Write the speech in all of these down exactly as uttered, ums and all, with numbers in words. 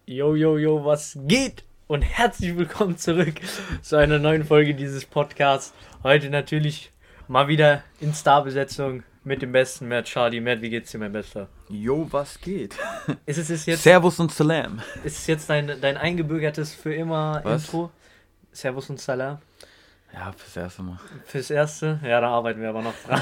Yo, yo, yo, was geht? Und herzlich willkommen zurück zu einer neuen Folge dieses Podcasts. Heute natürlich mal wieder in Starbesetzung mit dem besten Matt Charlie. Matt, wie geht's dir, mein Bester? Yo, was geht? Ist es ist jetzt, Servus und Salam. ist es jetzt dein, dein eingebürgertes für immer Was? Intro? Servus und Salam. Ja, fürs erste Mal. Fürs Erste? Ja, da arbeiten wir aber noch dran.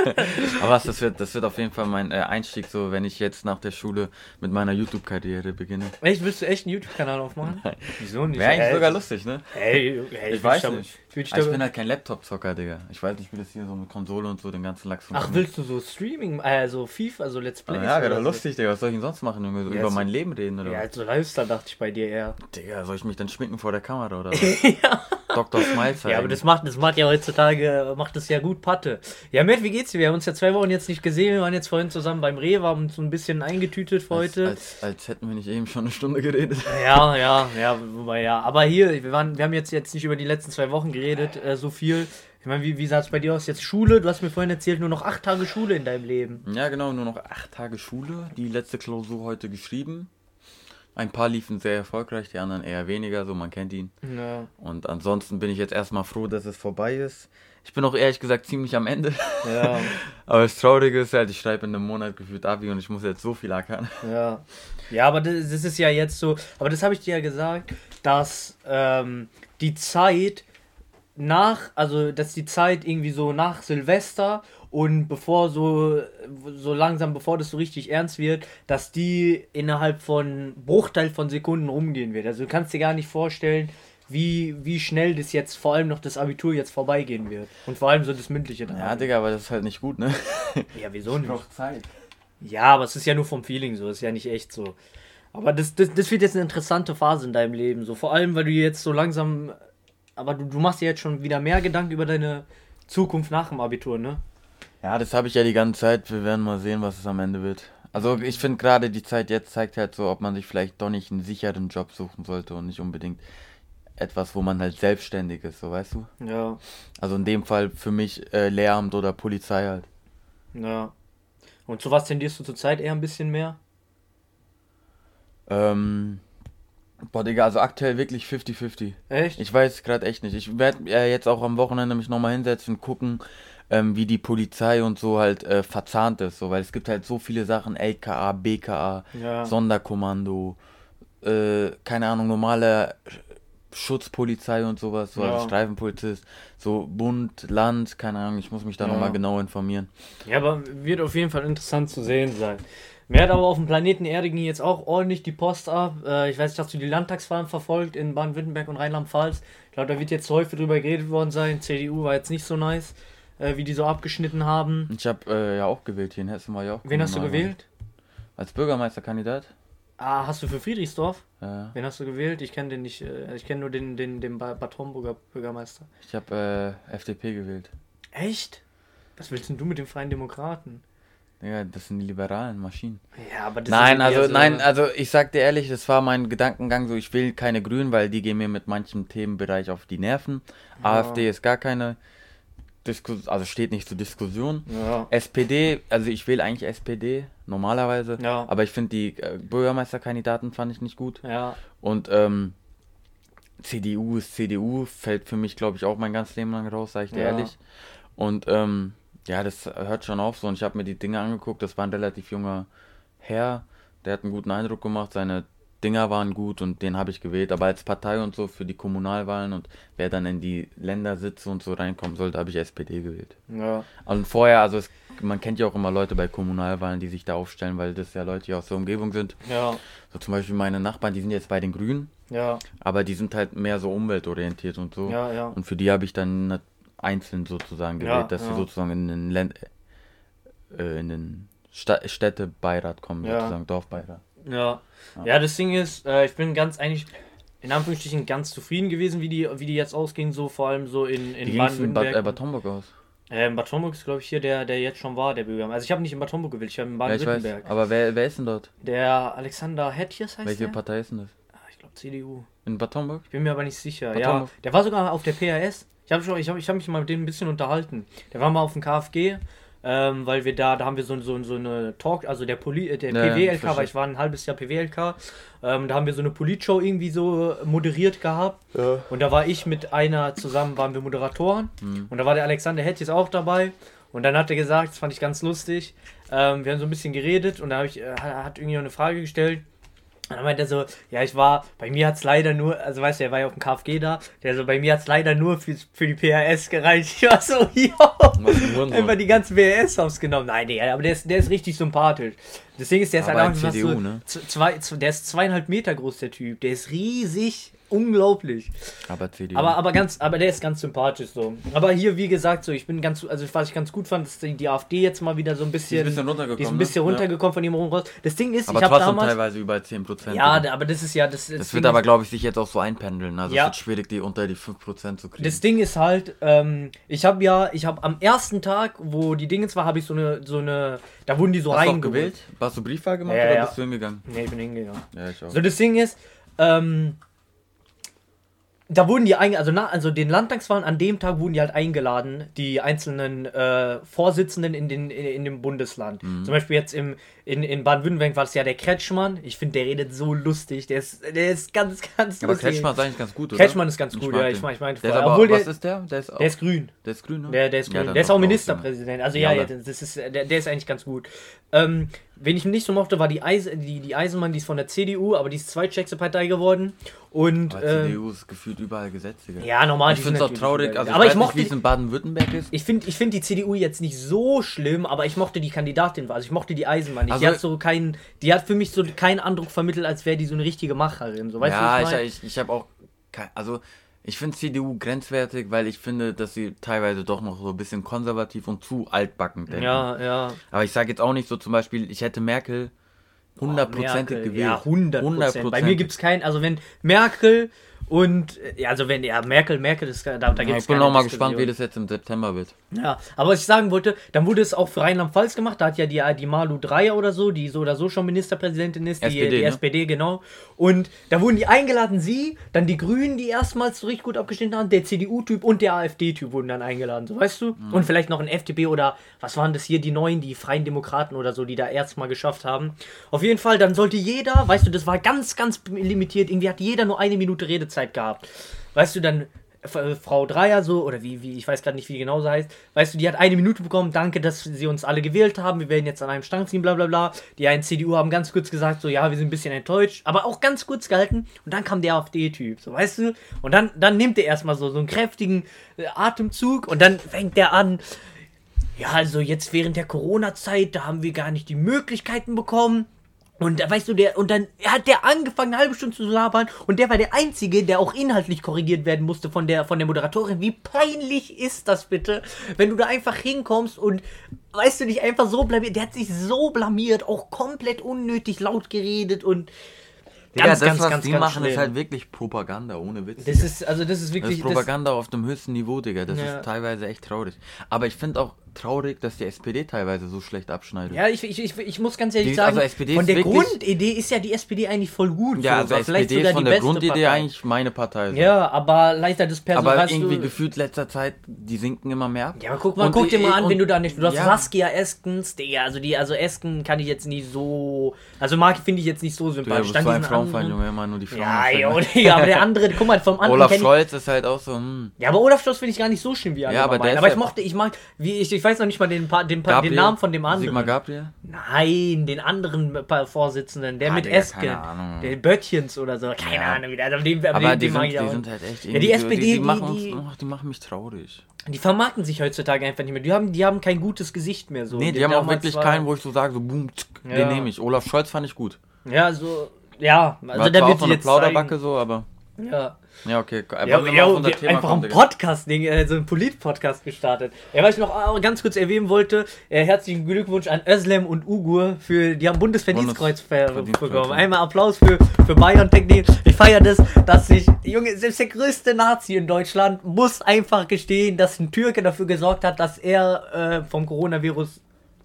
Aber was, das wird, das wird auf jeden Fall mein äh, Einstieg, so wenn ich jetzt nach der Schule mit meiner YouTube-Karriere beginne. Echt? Willst du echt einen YouTube-Kanal aufmachen? Nein. Wieso nicht? Wäre eigentlich Ey, sogar lustig, ne? Hey, hey, Ich weiß da- nicht. würd ich Aber da- ich bin halt kein Laptop-Zocker, Digga. Ich weiß nicht, wie das hier so mit Konsole und so den ganzen Lachs Ach, funktioniert. willst du so Streaming, also FIFA, so Let's Ah, Plays? ja, wäre oder doch so? lustig, Digga. Was soll ich denn sonst machen, Junge? So Ja, über so- mein Leben reden, oder? Ja, was? also Lifestyle dachte ich bei dir eher. Digga, soll ich mich dann schminken vor der Kamera, oder was? ja. Doktor Smile zeigen. ja, aber das macht, das macht ja heutzutage, macht das ja gut Patte. Ja, Matt, wie geht's dir? Wir haben uns ja zwei Wochen jetzt nicht gesehen. Wir waren jetzt vorhin zusammen beim Rewe, haben uns so ein bisschen eingetütet für als, heute. als, als hätten wir nicht eben schon eine Stunde geredet. Ja, ja, ja, wobei ja. Aber hier, wir, waren, wir haben jetzt, jetzt nicht über die letzten zwei Wochen geredet, äh, so viel. Ich meine, wie, wie sah es bei dir aus? Jetzt Schule? Du hast mir vorhin erzählt, nur noch acht Tage Schule in deinem Leben. Ja, genau, nur noch acht Tage Schule. Die letzte Klausur heute geschrieben. Ein paar liefen sehr erfolgreich, die anderen eher weniger, so man kennt ihn. Ja. Und ansonsten bin ich jetzt erstmal froh, dass es vorbei ist. Ich bin auch ehrlich gesagt ziemlich am Ende. Ja. Aber das Traurige ist halt, ich schreibe in einem Monat gefühlt Abi und ich muss jetzt so viel ackern. Ja, ja, aber das, das ist ja jetzt so, aber das habe ich dir ja gesagt, dass ähm, die Zeit nach, also dass die Zeit irgendwie so nach Silvester und bevor so, so langsam, bevor das so richtig ernst wird, dass die innerhalb von Bruchteil von Sekunden rumgehen wird. Also du kannst dir gar nicht vorstellen, wie, wie schnell das jetzt, vor allem noch das Abitur jetzt vorbeigehen wird. Und vor allem so das Mündliche dann. Ja, Digga, aber das ist halt nicht gut, ne? Ja, wieso nicht? Zeit. Ja, aber es ist ja nur vom Feeling so, es ist ja nicht echt so. Aber das, das, das wird jetzt eine interessante Phase in deinem Leben, so vor allem, weil du jetzt so langsam, aber du, du machst dir jetzt schon wieder mehr Gedanken über deine Zukunft nach dem Abitur, ne? Ja, das habe ich ja die ganze Zeit. Wir werden mal sehen, was es am Ende wird. Also ich finde gerade die Zeit jetzt zeigt halt so, ob man sich vielleicht doch nicht einen sicheren Job suchen sollte und nicht unbedingt etwas, wo man halt selbstständig ist, so weißt du? Ja, Also in dem Fall für mich äh, Lehramt oder Polizei halt. ja. Und zu was tendierst du zurzeit eher ein bisschen mehr? Ähm, boah, Digga, also aktuell wirklich fünfzig fünfzig. Echt? Ich weiß gerade echt nicht. Ich werde äh, jetzt auch am Wochenende mich nochmal hinsetzen und gucken, ähm, wie die Polizei und so halt äh, verzahnt ist. So, weil es gibt halt so viele Sachen, L K A, B K A, Ja. Sonderkommando, äh, keine Ahnung, normale Sch- Schutzpolizei und sowas, so Ja. als Streifenpolizist, so Bund, Land, keine Ahnung, ich muss mich da Ja. nochmal genau informieren. Ja, aber wird auf jeden Fall interessant zu sehen sein. Mir hat aber auf dem Planeten Erde ging jetzt auch ordentlich die Post ab. Äh, ich weiß nicht, hast du die Landtagswahlen verfolgt in Baden-Württemberg und Rheinland-Pfalz? Ich glaube, da wird jetzt häufig drüber geredet worden sein. C D U war jetzt nicht so nice, äh, wie die so abgeschnitten haben. Ich habe äh, ja auch gewählt, hier in Hessen war ja auch. Wen hast du Kommunalwahl. gewählt? Als Bürgermeisterkandidat? Ah, hast du für Friedrichsdorf? Ja. Wen hast du gewählt? Ich kenne den nicht. Äh, ich kenne nur den, den, den Ba- Bad Homburger Bürgermeister. Ich habe äh, F D P gewählt. Echt? Was willst denn du mit den Freien Demokraten? Ja, das sind die liberalen Maschinen. Ja, aber das Nein, ist eher also so- nein, also ich sag dir ehrlich, das war mein Gedankengang so, ich will keine Grünen, weil die gehen mir mit manchem Themenbereich auf die Nerven. Ja. AfD ist gar keine Diskussion, also steht nicht zur Diskussion. Ja. S P D, also ich wähle eigentlich S P D normalerweise, Ja. aber ich finde die äh, Bürgermeisterkandidaten fand ich nicht gut. Ja. Und ähm, C D U ist C D U, fällt für mich glaube ich auch mein ganzes Leben lang raus, sag ich dir Ja. ehrlich. Und ähm, ja, das hört schon auf so und ich habe mir die Dinge angeguckt, das war ein relativ junger Herr, der hat einen guten Eindruck gemacht, seine Dinger waren gut und den habe ich gewählt, aber als Partei und so für die Kommunalwahlen und wer dann in die Ländersitze und so reinkommen sollte, habe ich S P D gewählt. Ja. Und vorher, also es, man kennt ja auch immer Leute bei Kommunalwahlen, die sich da aufstellen, weil das ja Leute, die aus der Umgebung sind. Ja. So zum Beispiel meine Nachbarn, die sind jetzt bei den Grünen, Ja. aber die sind halt mehr so umweltorientiert und so. Ja. Ja. Und für die habe ich dann nat- einzeln sozusagen gewählt, Ja, dass sie ja. sozusagen in den, Länd äh, in den Sta Städtebeirat kommen, Ja. sozusagen Dorfbeirat. Ja. Ja. Ja, das Ding ist, äh, ich bin ganz eigentlich in Anführungsstrichen ganz zufrieden gewesen, wie die, wie die jetzt ausgingen, so vor allem so in, in Wie ging es in Bad, Baden-Württemberg. äh, Bad Homburg aus? Äh, in Bad Homburg ist, glaube ich, hier der, der jetzt schon war, der Bürgermeister. Also ich habe nicht in Bad Homburg gewählt, ich habe in Ja, ich weiß. Baden-Württemberg. Aber wer, wer ist denn dort? Der Alexander Hetjes heißt Welche der? Partei ist denn das? Ah, ich glaube C D U. In Bad Homburg? Ich bin mir aber nicht sicher. Bad Ja, Homburg. der war sogar auf der P R S. Ich habe ich hab, ich hab mich mal mit dem ein bisschen unterhalten. Der war mal auf dem K F G ähm, weil wir da, da haben wir so, so, so eine Talk, also der, Poli, der Ja, P W L K, verstehe. weil ich war ein halbes Jahr P W L K, ähm, da haben wir so eine Politshow irgendwie so moderiert gehabt. Ja. Und da war ich mit einer zusammen, waren wir Moderatoren. Mhm. Und da war der Alexander Hetjes auch dabei. Und dann hat er gesagt, das fand ich ganz lustig, ähm, wir haben so ein bisschen geredet und da hab ich, äh, hat irgendwie noch eine Frage gestellt. Und dann meinte er so, ja, ich war, bei mir hat es leider nur, also weißt du, er war ja auf dem K F G da, der so, bei mir hat es leider nur für, für die P R S gereicht. Ich war so, jo, einfach die ganzen P R S aufgenommen. Nein, nee, aber der ist, der ist richtig sympathisch. Deswegen ist der ist Aber halt ein einfach C D U, so, ne? zwei, der ist zweieinhalb Meter groß, der Typ. Der ist riesig, unglaublich. Aber C D U. Aber, aber ganz, aber der ist ganz sympathisch so. Aber hier, wie gesagt, so, ich bin ganz, also was ich ganz gut fand, ist die, die AfD jetzt mal wieder so ein bisschen, Die ist ein bisschen runtergekommen, die ist ein bisschen ne? runtergekommen von ihrem Rum raus. Das Ding ist, aber ich habe trotzdem damals, teilweise über zehn Prozent. ja, aber das ist ja, das, das, Das Ding wird aber, ist, glaube ich, sich jetzt auch so einpendeln. Also Ja. es wird schwierig, die unter die fünf Prozent zu kriegen. das Ding ist halt, ähm, ich habe ja, ich habe am ersten Tag, wo die Dingens war, habe ich so eine, so eine, da wurden die so Hast du auch reingeholt. gewählt? Warst du Briefwahl gemacht Ja, oder ja. bist du hingegangen? Nee, ich bin hingegangen. Ja, ich auch. So, das Ding ist, ähm, da wurden die eingeladen, also, na, also den Landtagswahlen an dem Tag wurden die halt eingeladen, die einzelnen äh, Vorsitzenden in, den, in, in dem Bundesland. Mhm. Zum Beispiel jetzt im, in, in Baden-Württemberg war es ja der Kretschmann. Ich finde, der redet so lustig. Der ist, der ist ganz, ganz Aber lustig. Kretschmann ist eigentlich ganz gut, oder? Kretschmann ist ganz Ich gut, mag ja. den. Ich meine, ich mein, Der ist aber, obwohl was der, ist der? Der ist, auch, der ist grün. der ist grün, ne? Der, der ist Ja, grün. dann der ist doch auch raus, Ministerpräsident. Also ja, Ja, ja, das ist, der, der ist eigentlich ganz gut. Ähm, wen ich nicht so mochte, war die, Eis, die, die Eisenmann, die ist von der C D U, aber die ist zweitstärkste Partei geworden. Und Aber ähm, C D U ist gefühlt überall Gesetz, Digga. ja, normal. Ich die finde es sind auch natürlich traurig, überall. also ich aber weiß ich nicht, mochte, wie es in Baden-Württemberg ist. ich finde ich find die C D U jetzt nicht so schlimm, aber ich mochte die Kandidatin, also ich mochte die Eisenmann nicht. Also- die hat so keinen, die hat für mich so keinen Eindruck vermittelt, als wäre die so eine richtige Macherin. So, weißt du, ja, was ich, ich mein? ich, ich habe auch, kein, also ich finde C D U grenzwertig, weil ich finde, dass sie teilweise doch noch so ein bisschen konservativ und zu altbacken denken. Ja, ja. Aber ich sage jetzt auch nicht so zum Beispiel, ich hätte Merkel hundertprozentig Merkel, gewählt. Ja, hundert Prozent. Bei mir gibt es keinen, also wenn Merkel und, ja, also wenn, ja, Merkel, Merkel, ist, da, da gibt Ja, es ich bin auch mal gespannt, wie das jetzt im September wird. Ja, aber was ich sagen wollte, dann wurde es auch für Rheinland-Pfalz gemacht, da hat ja die, die Malu Dreyer oder so, die so oder so schon Ministerpräsidentin ist, die S P D, die ne? S P D, genau. Und da wurden die eingeladen, sie, dann die Grünen, die erstmals so richtig gut abgestimmt haben, der C D U-Typ und der AfD-Typ wurden dann eingeladen, so weißt du? Mhm. Und vielleicht noch ein F D P oder, was waren das hier, die Neuen, die Freien Demokraten oder so, die da erstmal geschafft haben. Auf jeden Fall, dann sollte jeder, weißt du, das war ganz, ganz limitiert, irgendwie hat jeder nur eine Minute Redezeit gehabt. Weißt du, dann äh, Frau Dreier so, oder wie, wie ich weiß gerade nicht, wie die genau sie heißt, weißt du, die hat eine Minute bekommen, danke, dass sie uns alle gewählt haben, wir werden jetzt an einem Strang ziehen, bla bla bla. Die einen C D U haben ganz kurz gesagt, so, ja, wir sind ein bisschen enttäuscht, aber auch ganz kurz gehalten und dann kam der AfD-Typ, so, weißt du, und dann, dann nimmt er erstmal so, so einen kräftigen äh, Atemzug und dann fängt der an, ja, also jetzt während der Corona-Zeit, da haben wir gar nicht die Möglichkeiten bekommen. Und da weißt du, der, und dann hat der angefangen, eine halbe Stunde zu labern und der war der Einzige, der auch inhaltlich korrigiert werden musste von der, von der Moderatorin. Wie peinlich ist das bitte, wenn du da einfach hinkommst und, weißt du, dich einfach so blamiert. Der hat sich so blamiert, auch komplett unnötig laut geredet und Ja, ganz, das, ganz, was ganz, die ganz machen, schlimm. ist halt wirklich Propaganda, ohne Witz. Das ist, also das ist Das wirklich, ist Propaganda auf dem höchsten Niveau, Digga. Das Ja. ist teilweise echt traurig. Aber ich finde auch traurig, dass die S P D teilweise so schlecht abschneidet. ja, ich, ich, ich, ich muss ganz ehrlich Die- sagen, also S P D von ist der wirklich- Grundidee ist ja die S P D eigentlich voll gut. Ja, so, also war S P vielleicht D ist sogar von die der beste Grundidee Partei. eigentlich meine Partei. So. Ja, aber leider das Personal. aber weißt irgendwie du, gefühlt letzter Zeit, die sinken immer mehr ab. Ja, aber guck mal, Und guck dir ich- mal an, und- wenn du da nicht. Du hast ja. Saskia Eskens, Digga, also die, also Esken kann ich jetzt nicht so. Also Marc finde ich jetzt nicht so Du, ja, sympathisch. bist Dann so ein diesen Frauenfeind, anderen- Junge, immer nur die Frauen. Ja, aufhängen. jo, Digga, aber der andere, guck mal, vom anderen Olaf kenn ich. Scholz ist halt auch so, hm. Ja, aber Olaf Scholz finde ich gar nicht so schlimm wie alle. Ja, aber immer der meinen. ist aber ich halt- mochte, ich mag, wie ich, ich weiß noch nicht mal den, Pa- den, Pa- den Gabriel? Namen von dem anderen. Sigmar Gabriel? Nein, den anderen Pa- Vorsitzenden, der Ah, mit Digga, Esken. keine Ahnung. Der Böttchens oder so, keine Ja. Ahnung wieder. Aber, den, aber, Aber den, die, den mag sind, ich die auch. sind halt echt Ja, die irgendwie S P D, so, die, die, die- machen die- uns, oh, die machen mich traurig. Die vermarkten sich heutzutage einfach nicht mehr. Die haben, die haben kein gutes Gesicht mehr. So. Nee, die haben auch damals wirklich war- keinen, wo ich so sage, so boom, tsk, Ja. den nehme ich. Olaf Scholz fand ich gut. Ja, so. Ja, also War da zwar wird auch so sie eine jetzt Plauderbacke zeigen. so, aber Ja. ja, okay. Aber Ja, wenn ja, wir auf unser wir- Thema einfach kommen, ein Digga. Podcast-Ding, äh, so ein Polit-Podcast gestartet. Ja, was ich noch äh, ganz kurz erwähnen wollte, äh, herzlichen Glückwunsch an Özlem und Ugur für, die haben Bundesverdienstkreuz ver- Verdienstkreuz, bekommen. ja. Einmal Applaus für, für BioNTech. Ich feiere das, dass sich, Junge, selbst der größte Nazi in Deutschland muss einfach gestehen, dass ein Türke dafür gesorgt hat, dass er äh, vom Coronavirus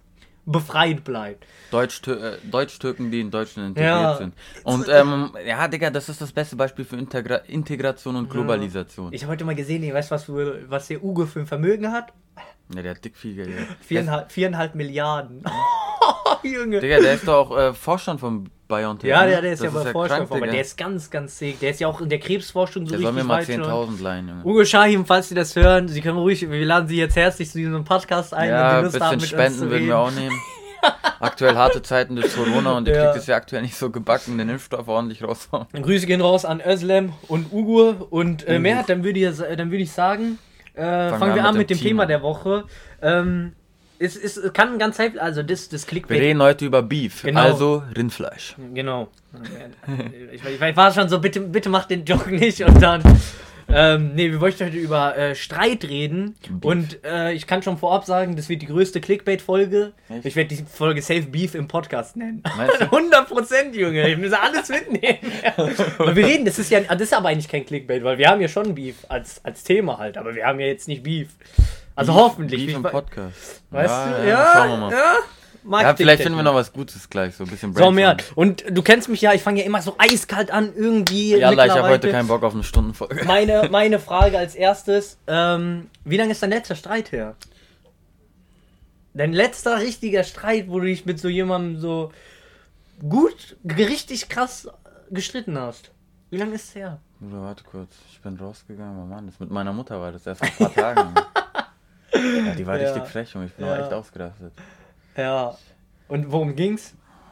befreit bleibt. Deutsch, äh, Deutsch-Türken, die in Deutschland integriert Ja. sind. Und ähm, ja, Digga, das ist das beste Beispiel für Integra Integration und Globalisation. Ich habe heute mal gesehen, ich weiß, was, für, was der Ugo für ein Vermögen hat. Ja, der hat dick viel Geld. Ja. Viereinhalb, viereinhalb Milliarden. Junge. Digga, der ist doch auch äh, Vorstand von BioNTech. Ja, der, der ist das ja bei ja Vorstand, krank, aber der ist ganz, ganz sick. Der ist ja auch in der Krebsforschung so der richtig soll mir mal weit schon. zehntausend leihen, Junge. Ugo Shahim, falls Sie das hören, Sie können ruhig, wir laden Sie jetzt herzlich zu diesem Podcast ein, Ja, wenn ein Sie Lust haben, bisschen mit uns zu Spenden würden reden. wir auch nehmen. Aktuell harte Zeiten durch Corona und ihr Ja. kriegt es ja aktuell nicht so gebacken, den Impfstoff ordentlich raushauen. Grüße gehen raus an Özlem und Ugo und äh, mehr, dann würde ich, dann würde ich sagen, äh, fangen, fangen wir an mit dem, dem Thema der Woche. Ähm, es, es kann ganz einfach, also das, das Clickbait. Wir reden heute über Beef, Genau. also Rindfleisch. Genau. ich, ich, ich war schon so, bitte, bitte mach den Joke nicht und dann... Ähm, nee, wir wollten heute über äh, Streit reden. Beef. Und äh, ich kann schon vorab sagen, das wird die größte Clickbait-Folge. Echt? Ich werde die Folge Safe Beef im Podcast nennen. Meinst du? hundert Prozent, Junge. Ich muss alles mitnehmen. Weil wir reden, das ist ja, das ist aber eigentlich kein Clickbait, weil wir haben ja schon Beef als, als Thema halt, aber wir haben ja jetzt nicht Beef. Also Beef, hoffentlich. Beef im ich, Podcast. Weißt ja, du? Ja, Ja, schauen wir mal. ja. Ja, vielleicht finden wir noch was Gutes gleich, so ein bisschen So, mehr. brainstormen. Und du kennst mich ja, ich fange ja immer so eiskalt an, irgendwie. Ja, ich habe mittlerweile. heute keinen Bock auf eine Stundenfolge. Meine, meine Frage als erstes, ähm, wie lange ist dein letzter Streit her? Dein letzter richtiger Streit, wo du dich mit so jemandem so gut, richtig krass gestritten hast. Wie lange ist es her? Bruder, warte kurz, ich bin rausgegangen, oh Mann, das mit meiner Mutter war das erst vor ein paar Tagen. Ja, die war Ja. richtig frech und ich bin Ja. auch echt ausgerastet. Ja. Und worum ging's?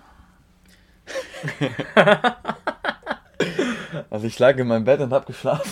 Also ich lag in meinem Bett und hab geschlafen.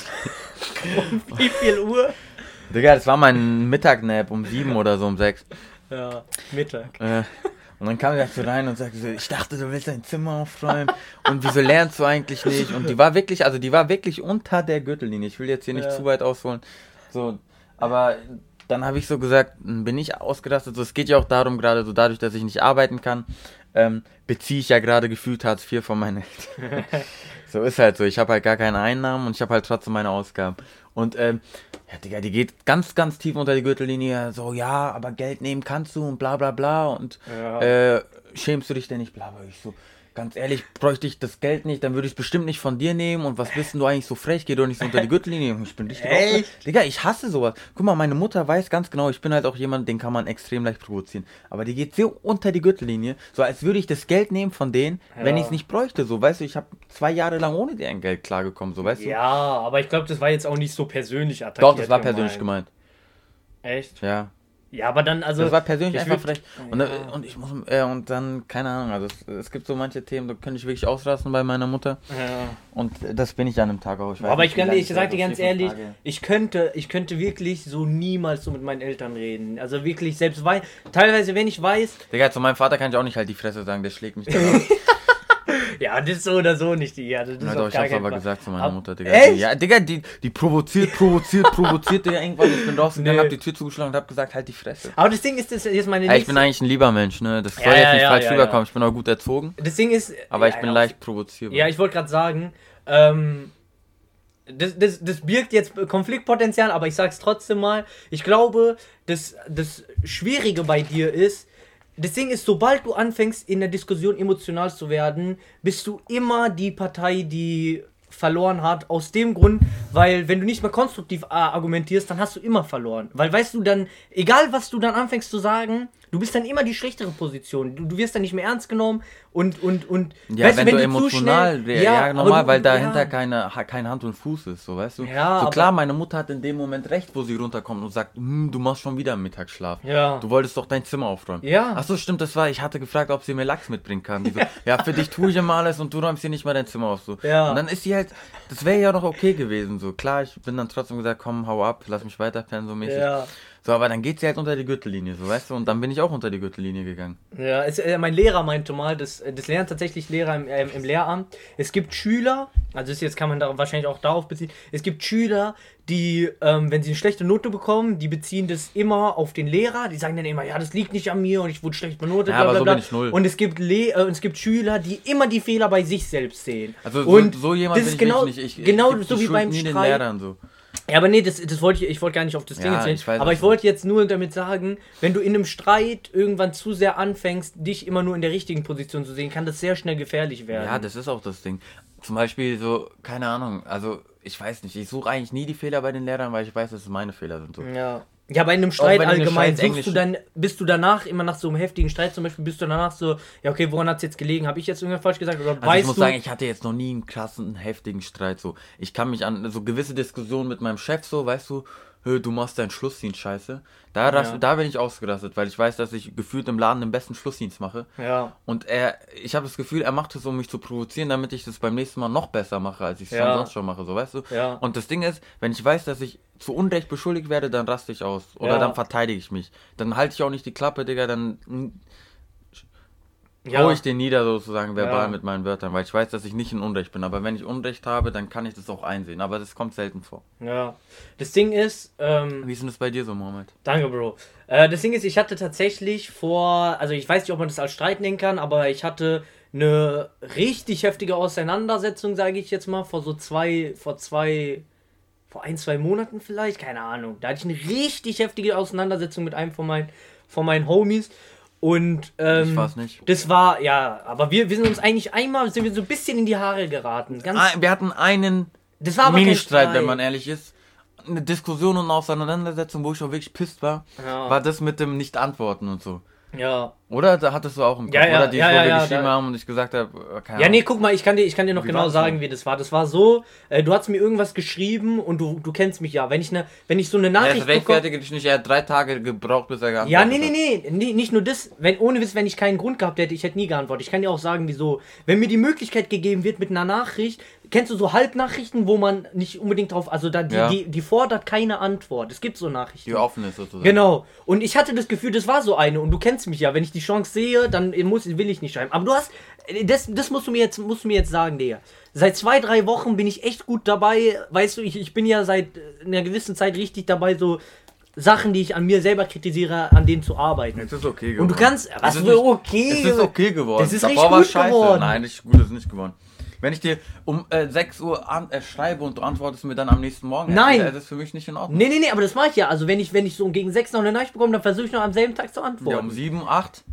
Um wie viel Uhr? Digga, das war mein Mittagnap um sieben oder so, um sechs. Ja, Mittag. Äh, und dann kam sie so rein und sagte so, ich dachte, du willst dein Zimmer aufräumen und wieso lernst du eigentlich nicht? Und die war wirklich, also die war wirklich unter der Gürtellinie. Ich will jetzt hier nicht Ja. zu weit ausholen. So, aber dann habe ich so gesagt, bin ich ausgerastet. So, es geht ja auch darum, gerade so dadurch, dass ich nicht arbeiten kann, ähm, beziehe ich ja gerade gefühlt Hartz vier von meinen Eltern. So ist halt so. Ich habe halt gar keine Einnahmen und ich habe halt trotzdem meine Ausgaben. Und, ähm, ja, Digga, die geht ganz, ganz tief unter die Gürtellinie. So, ja, aber Geld nehmen kannst du und bla, bla, bla. Und, Ja. äh, schämst du dich denn nicht? Bla, bla. Ich so, ganz ehrlich, bräuchte ich das Geld nicht, dann würde ich es bestimmt nicht von dir nehmen. Und was bist denn du eigentlich so frech? Geh doch nicht so unter die Gürtellinie. Ich bin richtig Echt? aufgeregt. Digga, ich hasse sowas. Guck mal, meine Mutter weiß ganz genau, ich bin halt auch jemand, den kann man extrem leicht provozieren. Aber die geht so unter die Gürtellinie, so als würde ich das Geld nehmen von denen, Ja. wenn ich es nicht bräuchte. So, weißt du, ich habe zwei Jahre lang ohne deren Geld klargekommen, so, weißt du? Ja, aber ich glaube, das war jetzt auch nicht so persönlich attackiert. Doch, das war persönlich gemeint. Echt? Ja. Ja, aber dann, also... Das war persönlich ich einfach würd- frech. Und, Ja. äh, und ich muss, äh, und dann, keine Ahnung, also es, es gibt so manche Themen, da könnte ich wirklich ausrasten bei meiner Mutter. Ja. Und äh, das bin ich an einem Tag auch. Ich weiß Aber nicht, ich, wie kann, lange ich sag dir das ganz vier, fünf ehrlich, Tage. ich könnte, ich könnte wirklich so niemals so mit meinen Eltern reden. Also wirklich, selbst weil, teilweise, wenn ich weiß, Digga, zu meinem Vater kann ich auch nicht halt die Fresse sagen, der schlägt mich dann ja, das ist so oder so nicht die, ja, das ist Ja, auf doch, ich gar hab's keinen aber Fall. gesagt zu meiner Ab- Mutter, Digga. Echt? Ja, Digga, die, die provoziert, provoziert, provoziert, Digga, irgendwann. Ich bin rausgegangen, Nee. hab die Tür zugeschlagen und hab gesagt, halt die Fresse. Aber das Ding ist, das ist jetzt meine Ja, ich nächste, bin eigentlich ein lieber Mensch, ne? Das soll Ja, jetzt ja, nicht ja, falsch ja, rüberkommen. ja. Ich bin auch gut erzogen, das Ding ist, aber ja, ich bin ja, leicht provozierbar. Ja, ich wollte gerade sagen, ähm, das, das, das birgt jetzt Konfliktpotenzial, aber ich sag's trotzdem mal. Ich glaube, das, das Schwierige bei dir ist, das Ding ist, sobald du anfängst, in der Diskussion emotional zu werden, bist du immer die Partei, die verloren hat. Aus dem Grund, weil wenn du nicht mehr konstruktiv äh, argumentierst, dann hast du immer verloren. Weil weißt du dann, egal was du dann anfängst zu sagen, du bist dann immer die schlechtere Position. Du, du wirst dann nicht mehr ernst genommen und und und Ja, weißt wenn du, du zu emotional, schnell- ja, aber normal, du- weil dahinter ja. keine, ha- kein Hand und Fuß ist, so, weißt du? Ja, so aber- klar, meine Mutter hat in dem Moment recht, wo sie runterkommt und sagt, hm, du machst schon wieder einen Mittagsschlaf. Ja. Du wolltest doch dein Zimmer aufräumen. Ja. Ach so, stimmt, das war, ich hatte gefragt, ob sie mir Lachs mitbringen kann. Die so, ja, für dich tue ich immer alles und du räumst hier nicht mal dein Zimmer auf, so. Ja. Und dann ist sie halt, das wäre ja noch okay gewesen, so. Klar, ich bin dann trotzdem gesagt, komm, hau ab, lass mich weiterpennen, so mäßig. Ja. So, aber dann geht sie halt unter die Gürtellinie, so, weißt du? Und dann bin ich auch unter die Gürtellinie gegangen. Ja, es, äh, mein Lehrer meinte mal, das, das lernen tatsächlich Lehrer im, ähm, im Lehramt. Es gibt Schüler, also das jetzt kann man da wahrscheinlich auch darauf beziehen, es gibt Schüler, die, ähm, wenn sie eine schlechte Note bekommen, die beziehen das immer auf den Lehrer, die sagen dann immer, ja, das liegt nicht an mir und ich wurde schlecht benotet, Ja, bla, aber bla, so bla. bin ich null. Und es gibt, Le äh, es gibt Schüler, die immer die Fehler bei sich selbst sehen. Also so, und so jemand das bin ist ich genau, wirklich nicht. Ich, genau ich geb so die wie Schuld beim nie den Streit. Lehrern, so. Ja, aber nee, das, das wollte ich, ich wollte gar nicht auf das Ding Ja, erzählen. ich weiß, aber was ich du- wollte jetzt nur damit sagen, wenn du in einem Streit irgendwann zu sehr anfängst, dich immer nur in der richtigen Position zu sehen, kann das sehr schnell gefährlich werden. Ja, das ist auch das Ding. Zum Beispiel so, keine Ahnung, also ich weiß nicht, ich suche eigentlich nie die Fehler bei den Lehrern, weil ich weiß, dass es meine Fehler sind. So. Ja. Ja, bei einem Streit allgemein, suchst suchst du dann, bist du danach, immer nach so einem heftigen Streit zum Beispiel, bist du danach so, ja okay, woran hat's jetzt gelegen? Habe ich jetzt irgendwas falsch gesagt? Oder also weißt ich muss du, sagen, ich hatte jetzt noch nie einen krassen, heftigen Streit so. Ich kann mich an so gewisse Diskussionen mit meinem Chef so, weißt du, hö, du machst deinen Schlussdienst scheiße. Da, Ja. das, da bin ich ausgerastet, weil ich weiß, dass ich gefühlt im Laden den besten Schlussdienst mache. ja, Und er, ich habe das Gefühl, er macht es, um mich zu provozieren, damit ich das beim nächsten Mal noch besser mache, als ich es Ja. sonst schon mache, so, weißt du? ja, Und das Ding ist, wenn ich weiß, dass ich zu Unrecht beschuldigt werde, dann raste ich aus. Oder Ja. dann verteidige ich mich. Dann halte ich auch nicht die Klappe, Digga, dann mm, ja. hau ich den nieder sozusagen verbal Ja. mit meinen Wörtern, weil ich weiß, dass ich nicht in Unrecht bin. Aber wenn ich Unrecht habe, dann kann ich das auch einsehen. Aber das kommt selten vor. ja. Das Ding ist, ähm, Wie ist denn das bei dir so, Mohammed? danke, Bro. Äh, das Ding ist, ich hatte tatsächlich vor, also ich weiß nicht, ob man das als Streit nennen kann, aber ich hatte eine richtig heftige Auseinandersetzung, sage ich jetzt mal, vor so zwei, vor zwei, vor ein, zwei Monaten vielleicht, keine Ahnung. Da hatte ich eine richtig heftige Auseinandersetzung mit einem von meinen, von meinen Homies. Und ähm, Ich war's nicht. das war, ja, aber wir, wir sind uns eigentlich einmal, sind wir so ein bisschen in die Haare geraten. Ganz, Ah, wir hatten einen das war aber kein Ministreit, Streit. wenn man ehrlich ist. Eine Diskussion und Auseinandersetzung, wo ich auch wirklich pisst war, Ja. war das mit dem Nicht-Antworten und so. Ja. Oder? Da hattest du auch im Kopf. Ja, ja, Oder die, ja, wo ja, wir ja, geschrieben da- haben und ich gesagt habe, keine Ja, nee, Ahnung. guck mal, ich kann dir, ich kann dir noch Wie genau war das sagen, denn? wie das war. Das war so, äh, du hast mir irgendwas geschrieben und du, du kennst mich ja. Wenn ich, ne, wenn ich so eine Ja, Nachricht das rechtfertige dich nicht. Er hat drei Tage gebraucht, bis er geantwortet Ja, nee, hat. nee, nee, nee, nicht nur das. Wenn, ohne Wiss, wenn ich keinen Grund gehabt hätte, ich hätte nie geantwortet. Ich kann dir auch sagen, wieso. Wenn mir die Möglichkeit gegeben wird mit einer Nachricht, kennst du so Halbnachrichten, wo man nicht unbedingt drauf, also da, die, Ja. die, die fordert keine Antwort. Es gibt so Nachrichten. Die offen ist sozusagen. Genau. Und ich hatte das Gefühl, das war so eine. Und du kennst mich ja. Wenn ich die Chance sehe, dann muss, will ich nicht schreiben. Aber du hast, das, das musst du mir jetzt, musst du mir jetzt sagen, Digga. Seit zwei, drei Wochen bin ich echt gut dabei. Weißt du, ich, ich bin ja seit einer gewissen Zeit richtig dabei, so Sachen, die ich an mir selber kritisiere, an denen zu arbeiten. Es ist okay geworden. Und du kannst, Es was ist für nicht- okay? Es ist okay geworden. Das ist Davor richtig war gut scheiße. geworden. Nein, richtig gut ist nicht geworden. Wenn ich dir um äh, sechs Uhr an, äh, schreibe und du antwortest mir dann am nächsten Morgen, Nein. das ist für mich nicht in Ordnung. Nee, nee, nee, aber das mache ich ja. Also wenn ich, wenn ich so gegen sechs noch eine Nachricht bekomme, dann versuche ich noch am selben Tag zu Ja, um antworten. sieben, acht.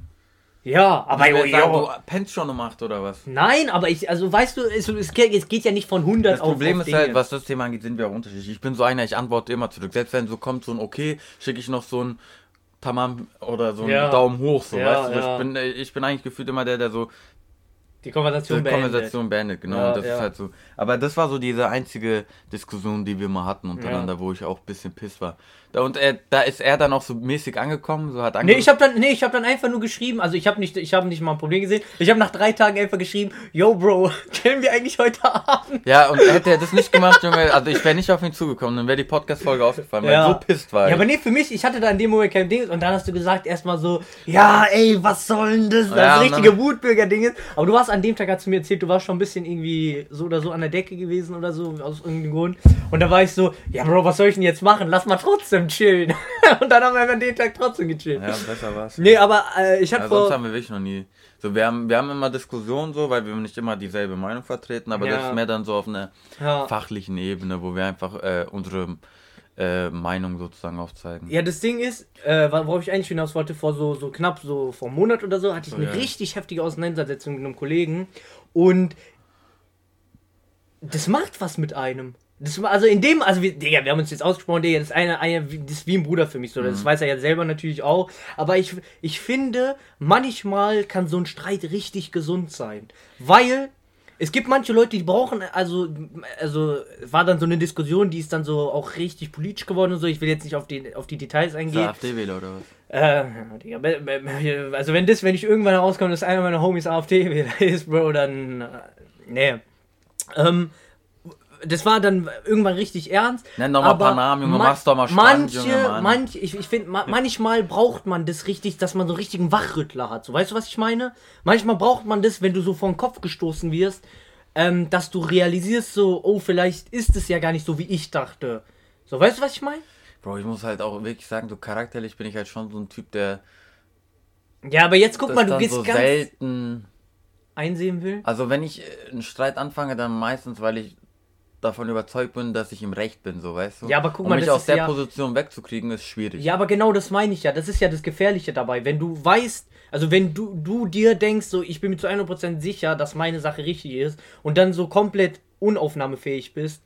Ja, aber Ich jo, will sagen, jo. du pennst schon um acht oder was? Nein, aber ich, also weißt du, es, es, geht, es geht ja nicht von hundert Das auf Problem auf ist halt, Dinge. was das Thema angeht, sind wir auch unterschiedlich. Ich bin so einer, ich antworte immer zurück. Selbst wenn so kommt so ein Okay, schicke ich noch so ein Tamam oder so einen Ja. Daumen hoch. So, Ja, weißt du? ja. Ich, bin, äh, ich bin eigentlich gefühlt immer der, der so Die Konversation die beendet. Konversation beendet. Genau, Ja, und das ja. ist halt so. Aber das war so diese einzige Diskussion, die wir mal hatten untereinander, wo ich auch ein bisschen piss war. Da, und er, da ist er dann auch so mäßig angekommen, so hat Nee, angefangen. ich habe dann, nee, ich habe dann einfach nur geschrieben, also ich habe nicht, ich habe nicht mal ein Problem gesehen. Ich habe nach drei Tagen einfach geschrieben, yo, Bro, chillen wir eigentlich heute Abend? Ja, und hätte er das nicht gemacht, Junge, also ich wäre nicht auf ihn zugekommen, dann wäre die Podcast-Folge ausgefallen, weil Ja. so pisst war Ja, ich. aber nee, für mich, ich hatte da in dem Moment kein Ding und dann hast du gesagt erstmal so, ja, ey, was soll denn das? Das Ja, ist und richtige dann- Wutbürger-Ding ist. Aber du warst an dem Tag, hast du mir erzählt, du warst schon ein bisschen irgendwie so oder so an der Decke gewesen oder so, aus irgendeinem Grund. Und da war ich so, ja, Bro, was soll ich denn jetzt machen? Lass mal trotzdem chillen. Und dann haben wir an dem Tag trotzdem gechillt. Ja, besser war's. Nee, aber äh, ich hatte Ja, sonst vor... haben wir wirklich noch nie. So, wir haben, wir haben immer Diskussionen so, weil wir nicht immer dieselbe Meinung vertreten, aber Ja. das ist mehr dann so auf einer Ja. fachlichen Ebene, wo wir einfach äh, unsere äh, Meinung sozusagen aufzeigen. Ja, das Ding ist, äh, worauf ich eigentlich hinaus wollte, vor so, so knapp so vor einem Monat oder so, hatte ich So, eine ja. richtig heftige Auseinandersetzung mit einem Kollegen und das macht was mit einem. Das war also in dem, also wir, Digga, wir haben uns jetzt ausgesprochen, Digga, das ist eine, eine, das ist wie ein Bruder für mich, so, das Mhm. weiß er ja selber natürlich auch, aber ich, ich finde, manchmal kann so ein Streit richtig gesund sein, weil es gibt manche Leute, die brauchen, also, also, war dann so eine Diskussion, die ist dann so auch richtig politisch geworden und so, ich will jetzt nicht auf die, auf die Details Ist eingehen. der AfD-Wähler oder was? Äh, Digga, be- be- also wenn das, wenn ich irgendwann herauskomme, dass einer meiner Homies AfD-Wähler ist, Bro, dann, äh, nee. Ähm, das war dann irgendwann richtig ernst. Nenn doch mal ein paar Namen, Junge, mach's doch mal spannend, manche, Junge, Mann. manche, ich, ich finde, ma, manchmal braucht man das richtig, dass man so einen richtigen Wachrüttler hat. So, weißt du, was ich meine? Manchmal braucht man das, wenn du so vor den Kopf gestoßen wirst, ähm, dass du realisierst so, oh, vielleicht ist es ja gar nicht so, wie ich dachte. So, weißt du, was ich meine? Bro, ich muss halt auch wirklich sagen, so charakterlich bin ich halt schon so ein Typ, der Ja, aber jetzt guck das mal, du dann gehst so ganz selten. einsehen will. Also wenn ich äh, einen Streit anfange, dann meistens, weil ich davon überzeugt bin, dass ich im Recht bin, so, weißt du? Ja, aber guck Und mal, mich das aus ist der ja- Position wegzukriegen, ist schwierig. Ja, aber genau das meine ich ja. Das ist ja das Gefährliche dabei. Wenn du weißt, also wenn du, du dir denkst, so ich bin mir zu hundert Prozent sicher, dass meine Sache richtig ist und dann so komplett unaufnahmefähig bist,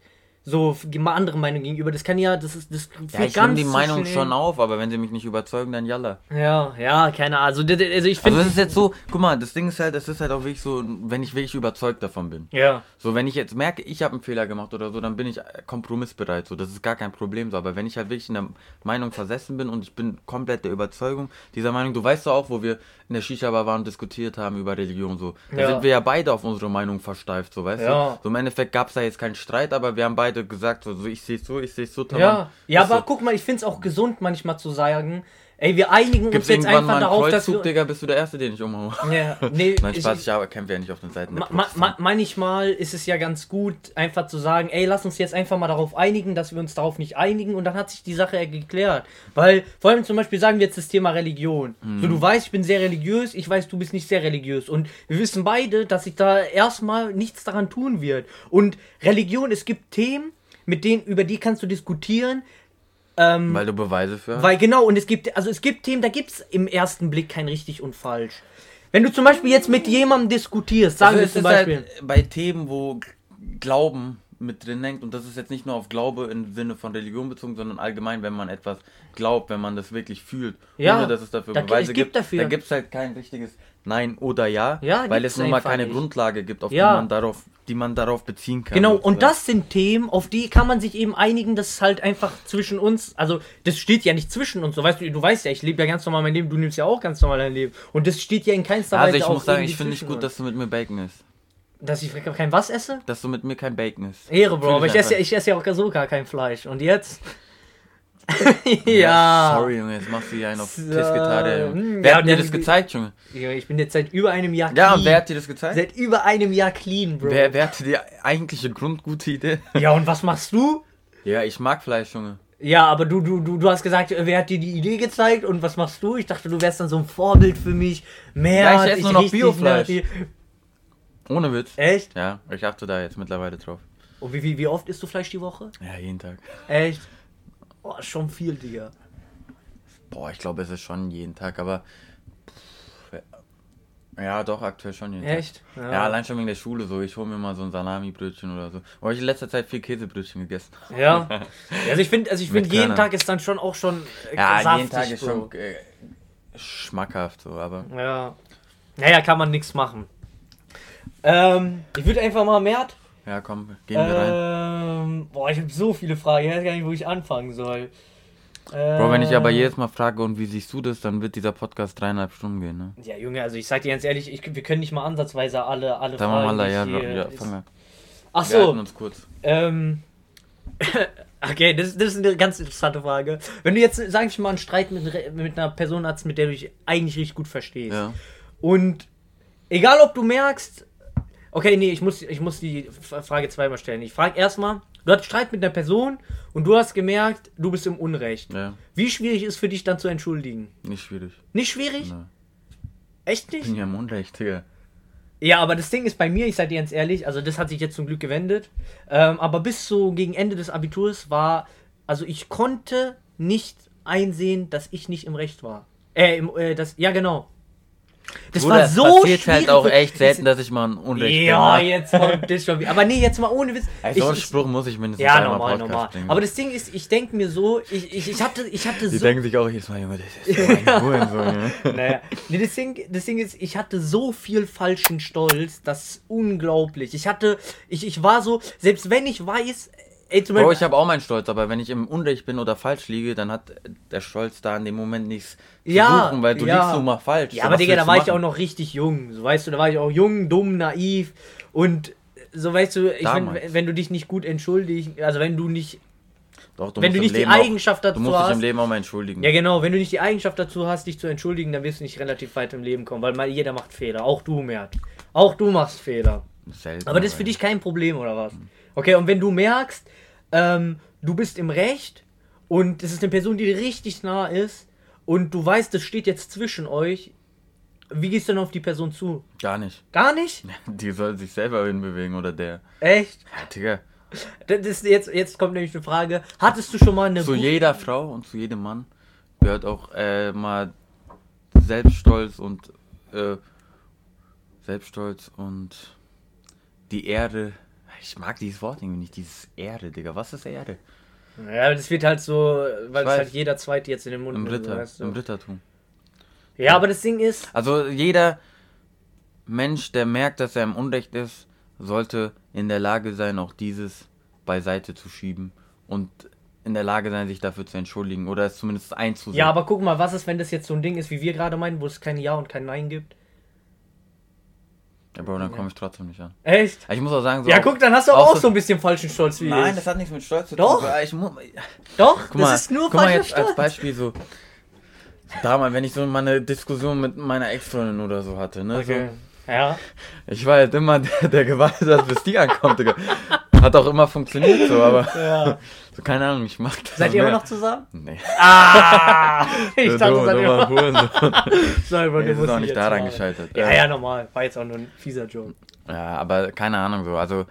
so mal andere Meinung gegenüber. Das kann ja, das ist, das Ja, ich nehme die Meinung schon auf, aber wenn sie mich nicht überzeugen, dann jalla. Ja, ja, keine Ahnung. Also, also ich finde... Also es ist jetzt so, guck mal, das Ding ist halt, es ist halt auch wirklich so, wenn ich wirklich überzeugt davon bin. Ja. So, wenn ich jetzt merke, ich habe einen Fehler gemacht oder so, dann bin ich kompromissbereit, so, das ist gar kein Problem so. Aber wenn ich halt wirklich in der Meinung versessen bin und ich bin komplett der Überzeugung dieser Meinung, du weißt doch auch, wo wir in der Shisha-Bar waren und diskutiert haben über Religion, so, da Ja. sind wir ja beide auf unsere Meinung versteift, so, weißt Ja. du? So, im Endeffekt gab es da jetzt keinen Streit, aber wir haben beide gesagt, so, so ich sehe es so, ich sehe es so, Tamam. Ja, ja, Ist aber so. guck mal, ich finde es auch gesund manchmal zu sagen, ey, wir einigen Gibt's uns jetzt irgendwann einfach mal einen darauf, dass Kreuzzug, wir... Digga, bist du der Erste, den ich umhaue. Ja, nee, Nein, Spaß, ich, ich aber kämpfe ja nicht auf den Seiten der ma, ma, Protestanten. manchmal ist es ja ganz gut, einfach zu sagen, ey, lass uns jetzt einfach mal darauf einigen, dass wir uns darauf nicht einigen und dann hat sich die Sache ja geklärt. Weil, vor allem zum Beispiel sagen wir jetzt das Thema Religion. Mhm. So, du weißt, ich bin sehr religiös, ich weiß, du bist nicht sehr religiös und wir wissen beide, dass sich da erstmal nichts daran tun wird. Und Religion, es gibt Themen, mit denen, über die kannst du diskutieren, ähm, Weil du Beweise für hast? Weil genau, und es gibt, also es gibt Themen, da gibt es im ersten Blick kein richtig und falsch. Wenn du zum Beispiel jetzt mit jemandem diskutierst, sagen Also wir es zum ist Beispiel. Halt bei Themen, wo G- Glauben mit drin hängt, und das ist jetzt nicht nur auf Glaube im Sinne von Religion bezogen, sondern allgemein, wenn man etwas glaubt, wenn man das wirklich fühlt, Ja, ohne dass es dafür da- Beweise es gibt gibt, dafür. da gibt es halt kein richtiges Nein oder Ja, Ja, weil gibt's es nun mal einfach keine nicht. Grundlage gibt, auf Ja. die man darauf, die man darauf beziehen kann. Genau, sozusagen. und das sind Themen, auf die kann man sich eben einigen, das ist halt einfach zwischen uns, also das steht ja nicht zwischen uns, so weißt du, du weißt ja, ich lebe ja ganz normal mein Leben, du nimmst ja auch ganz normal dein Leben und das steht ja in keinster Also Weise ich auch muss sagen, irgendwie ich finde nicht zwischen gut, uns. dass du mit mir Bacon isst. Dass ich kein was esse? Dass du mit mir kein Bacon isst. Ehre, Bro, Fühl aber ich ich esse, ja, einfach. ich esse ja auch so gar kein Fleisch und jetzt? ja. Sorry, Junge, jetzt machst du hier einen auf So, Pesketarier, Junge. hm, Wer ja, hat dir die- das gezeigt, Junge? Ja, ich bin jetzt seit über einem Jahr Ja, clean. und wer hat dir das gezeigt? Seit über einem Jahr clean, Bro. Wer, wer hatte die eigentliche grundgute Idee? Ja, und was machst du? Ja, ich mag Fleisch, Junge. Ja, aber du, du, du, du hast gesagt, wer hat dir die Idee gezeigt und was machst du? Ich dachte, du wärst dann so ein Vorbild für mich. Mehr. Ja, ich esse nur noch Biofleisch. nerdy- Ohne Witz. Echt? Ja, ich achte da jetzt mittlerweile drauf. Und wie, wie, wie oft isst du Fleisch die Woche? Ja, jeden Tag. Echt? Oh, schon viel, Digga. Boah, ich glaube, es ist schon jeden Tag, aber... pff, ja, doch, aktuell schon jeden Echt? Tag. Ja. allein schon wegen der Schule so. Ich hole mir mal so ein Salami-Brötchen oder so. Aber ich in letzter Zeit viel Käsebrötchen gegessen. Ja. Also ich finde, also ich Mit finde, jeden Körnern. Tag ist dann schon auch schon äh, Ja, saftig, jeden Tag ist Bro. schon äh, schmackhaft so, aber... Ja. Naja, kann man nichts machen. Ähm, ich würde einfach mal, Mert, Ja, komm, gehen wir rein. ähm, boah, ich habe so viele Fragen, ich weiß gar nicht, wo ich anfangen soll. Bro, wenn ich aber Ähm, jedes Mal frage, und wie siehst du das, dann wird dieser Podcast dreieinhalb Stunden gehen, ne? Ja, Junge, also ich sag dir ganz ehrlich, ich, wir können nicht mal ansatzweise alle, alle Sagen wir Fragen, mal, die ja, ich ja, hier- ja, fang an. Ach Wir halten so, uns kurz. ähm, okay, das, das ist eine ganz interessante Frage. Wenn du jetzt, sag ich mal, einen Streit mit, mit einer Person hast, mit der du dich eigentlich richtig gut verstehst. Ja. Und egal, ob du merkst, okay, nee, ich muss, ich muss die F- Frage zweimal stellen. Ich frage erstmal, du hattest Streit mit einer Person und du hast gemerkt, du bist im Unrecht. Ja, Wie schwierig ist für dich dann zu entschuldigen? nicht schwierig. Nicht schwierig? Ne. Echt Ich nicht? bin ja im Unrecht, Digga. Ja, aber das Ding ist bei mir, ich sag dir ganz ehrlich, also das hat sich jetzt zum Glück gewendet, ähm, aber bis so gegen Ende des Abiturs war, also ich konnte nicht einsehen, dass ich nicht im Recht war. Äh, im, äh das, ja genau. Das Bruder, war es so passiert schwierig. halt auch für- echt selten, dass ich mal ein Unrecht Ja, bin. ne? jetzt kommt das schon wieder. Aber nee, jetzt mal ohne Witz. Also Ich- so einen ich- Spruch muss ich mindestens Ja, einmal normal, Podcast normal. bringen. Aber das Ding ist, ich denke mir so, ich, ich, ich hatte, ich hatte Die so... denken sich auch jedes Mal, Junge, das ist so ein Hurensohn, Junge. Naja, nee, das Ding, das Ding ist, ich hatte so viel falschen Stolz, das ist unglaublich. Ich hatte, ich, ich war so, selbst wenn ich weiß, ey, zum Bro, Beispiel, ich habe auch meinen Stolz, aber wenn ich im Unrecht bin oder falsch liege, dann hat der Stolz da in dem Moment nichts zu ja, suchen, weil du ja. liegst nun mal falsch. Ja, So, aber was Digga, da willst du war ich machen? auch noch richtig jung, so weißt du, da war ich auch jung, dumm, naiv und so weißt du, ich Damals. wenn, wenn du dich nicht gut entschuldigst, also wenn du nicht, Doch, du wenn musst du im nicht die Leben auch- Eigenschaft dazu Du musst dich hast, im Leben auch mal entschuldigen. ja genau, wenn du nicht die Eigenschaft dazu hast, dich zu entschuldigen, dann wirst du nicht relativ weit im Leben kommen, weil mal jeder macht Fehler, auch du, Mert. Auch du machst Fehler. Selten, Aber das ist für dich kein Problem, oder was? Okay, und wenn du merkst, ähm, du bist im Recht und es ist eine Person, die dir richtig nah ist und du weißt, das steht jetzt zwischen euch, wie gehst du denn auf die Person zu? Gar nicht. Gar nicht? Die soll sich selber hinbewegen oder der. Echt? Ja, Digga. Das ist jetzt, jetzt kommt nämlich eine Frage. Hattest du schon mal eine... Zu gu- jeder Frau und zu jedem Mann gehört auch äh, mal Selbststolz und äh, Selbststolz und die Ehre. Ich mag dieses Wort irgendwie nicht, dieses Erde, Digga. Was ist Erde? Ja, das wird halt so, weil Ich es weiß. halt jeder Zweite jetzt in den Mund Im nimmt, Ritter, weißt du? im Rittertum. Ja, aber das Ding ist, Also jeder Mensch, der merkt, dass er im Unrecht ist, sollte in der Lage sein, auch dieses beiseite zu schieben und in der Lage sein, sich dafür zu entschuldigen oder es zumindest einzusehen. ja, aber guck mal, was ist, wenn das jetzt so ein Ding ist, wie wir gerade meinen, wo es kein Ja und kein Nein gibt? Ja, Bro, dann komme ich trotzdem nicht an. Echt? Ich muss auch sagen, so Ja, auch- guck, dann hast du auch aber auch so- so ein bisschen falschen Stolz wie Nein, ich. das hat nichts mit Stolz zu Doch. tun. Ich mu- Doch, Guck das mal, ist nur guck mal falscher jetzt als Stolz. Beispiel so, damals, wenn ich so meine Diskussion mit meiner Ex-Freundin oder so hatte, ne, Okay. Ja. so, ich war halt immer der, der gewartet hat, bis die ankommt, Digga. Hat auch immer funktioniert so, aber Ja. so, keine Ahnung, ich mag das Seid ihr mehr. immer noch zusammen? Nee. Ah! Ich So dachte, dumm, seid ihr dummer immer Hurensohn. Nein, Nee, es ist auch nicht daran gescheitert. Ja, Äh, ja, normal. War jetzt auch nur ein fieser Joke. Ja, aber keine Ahnung so, also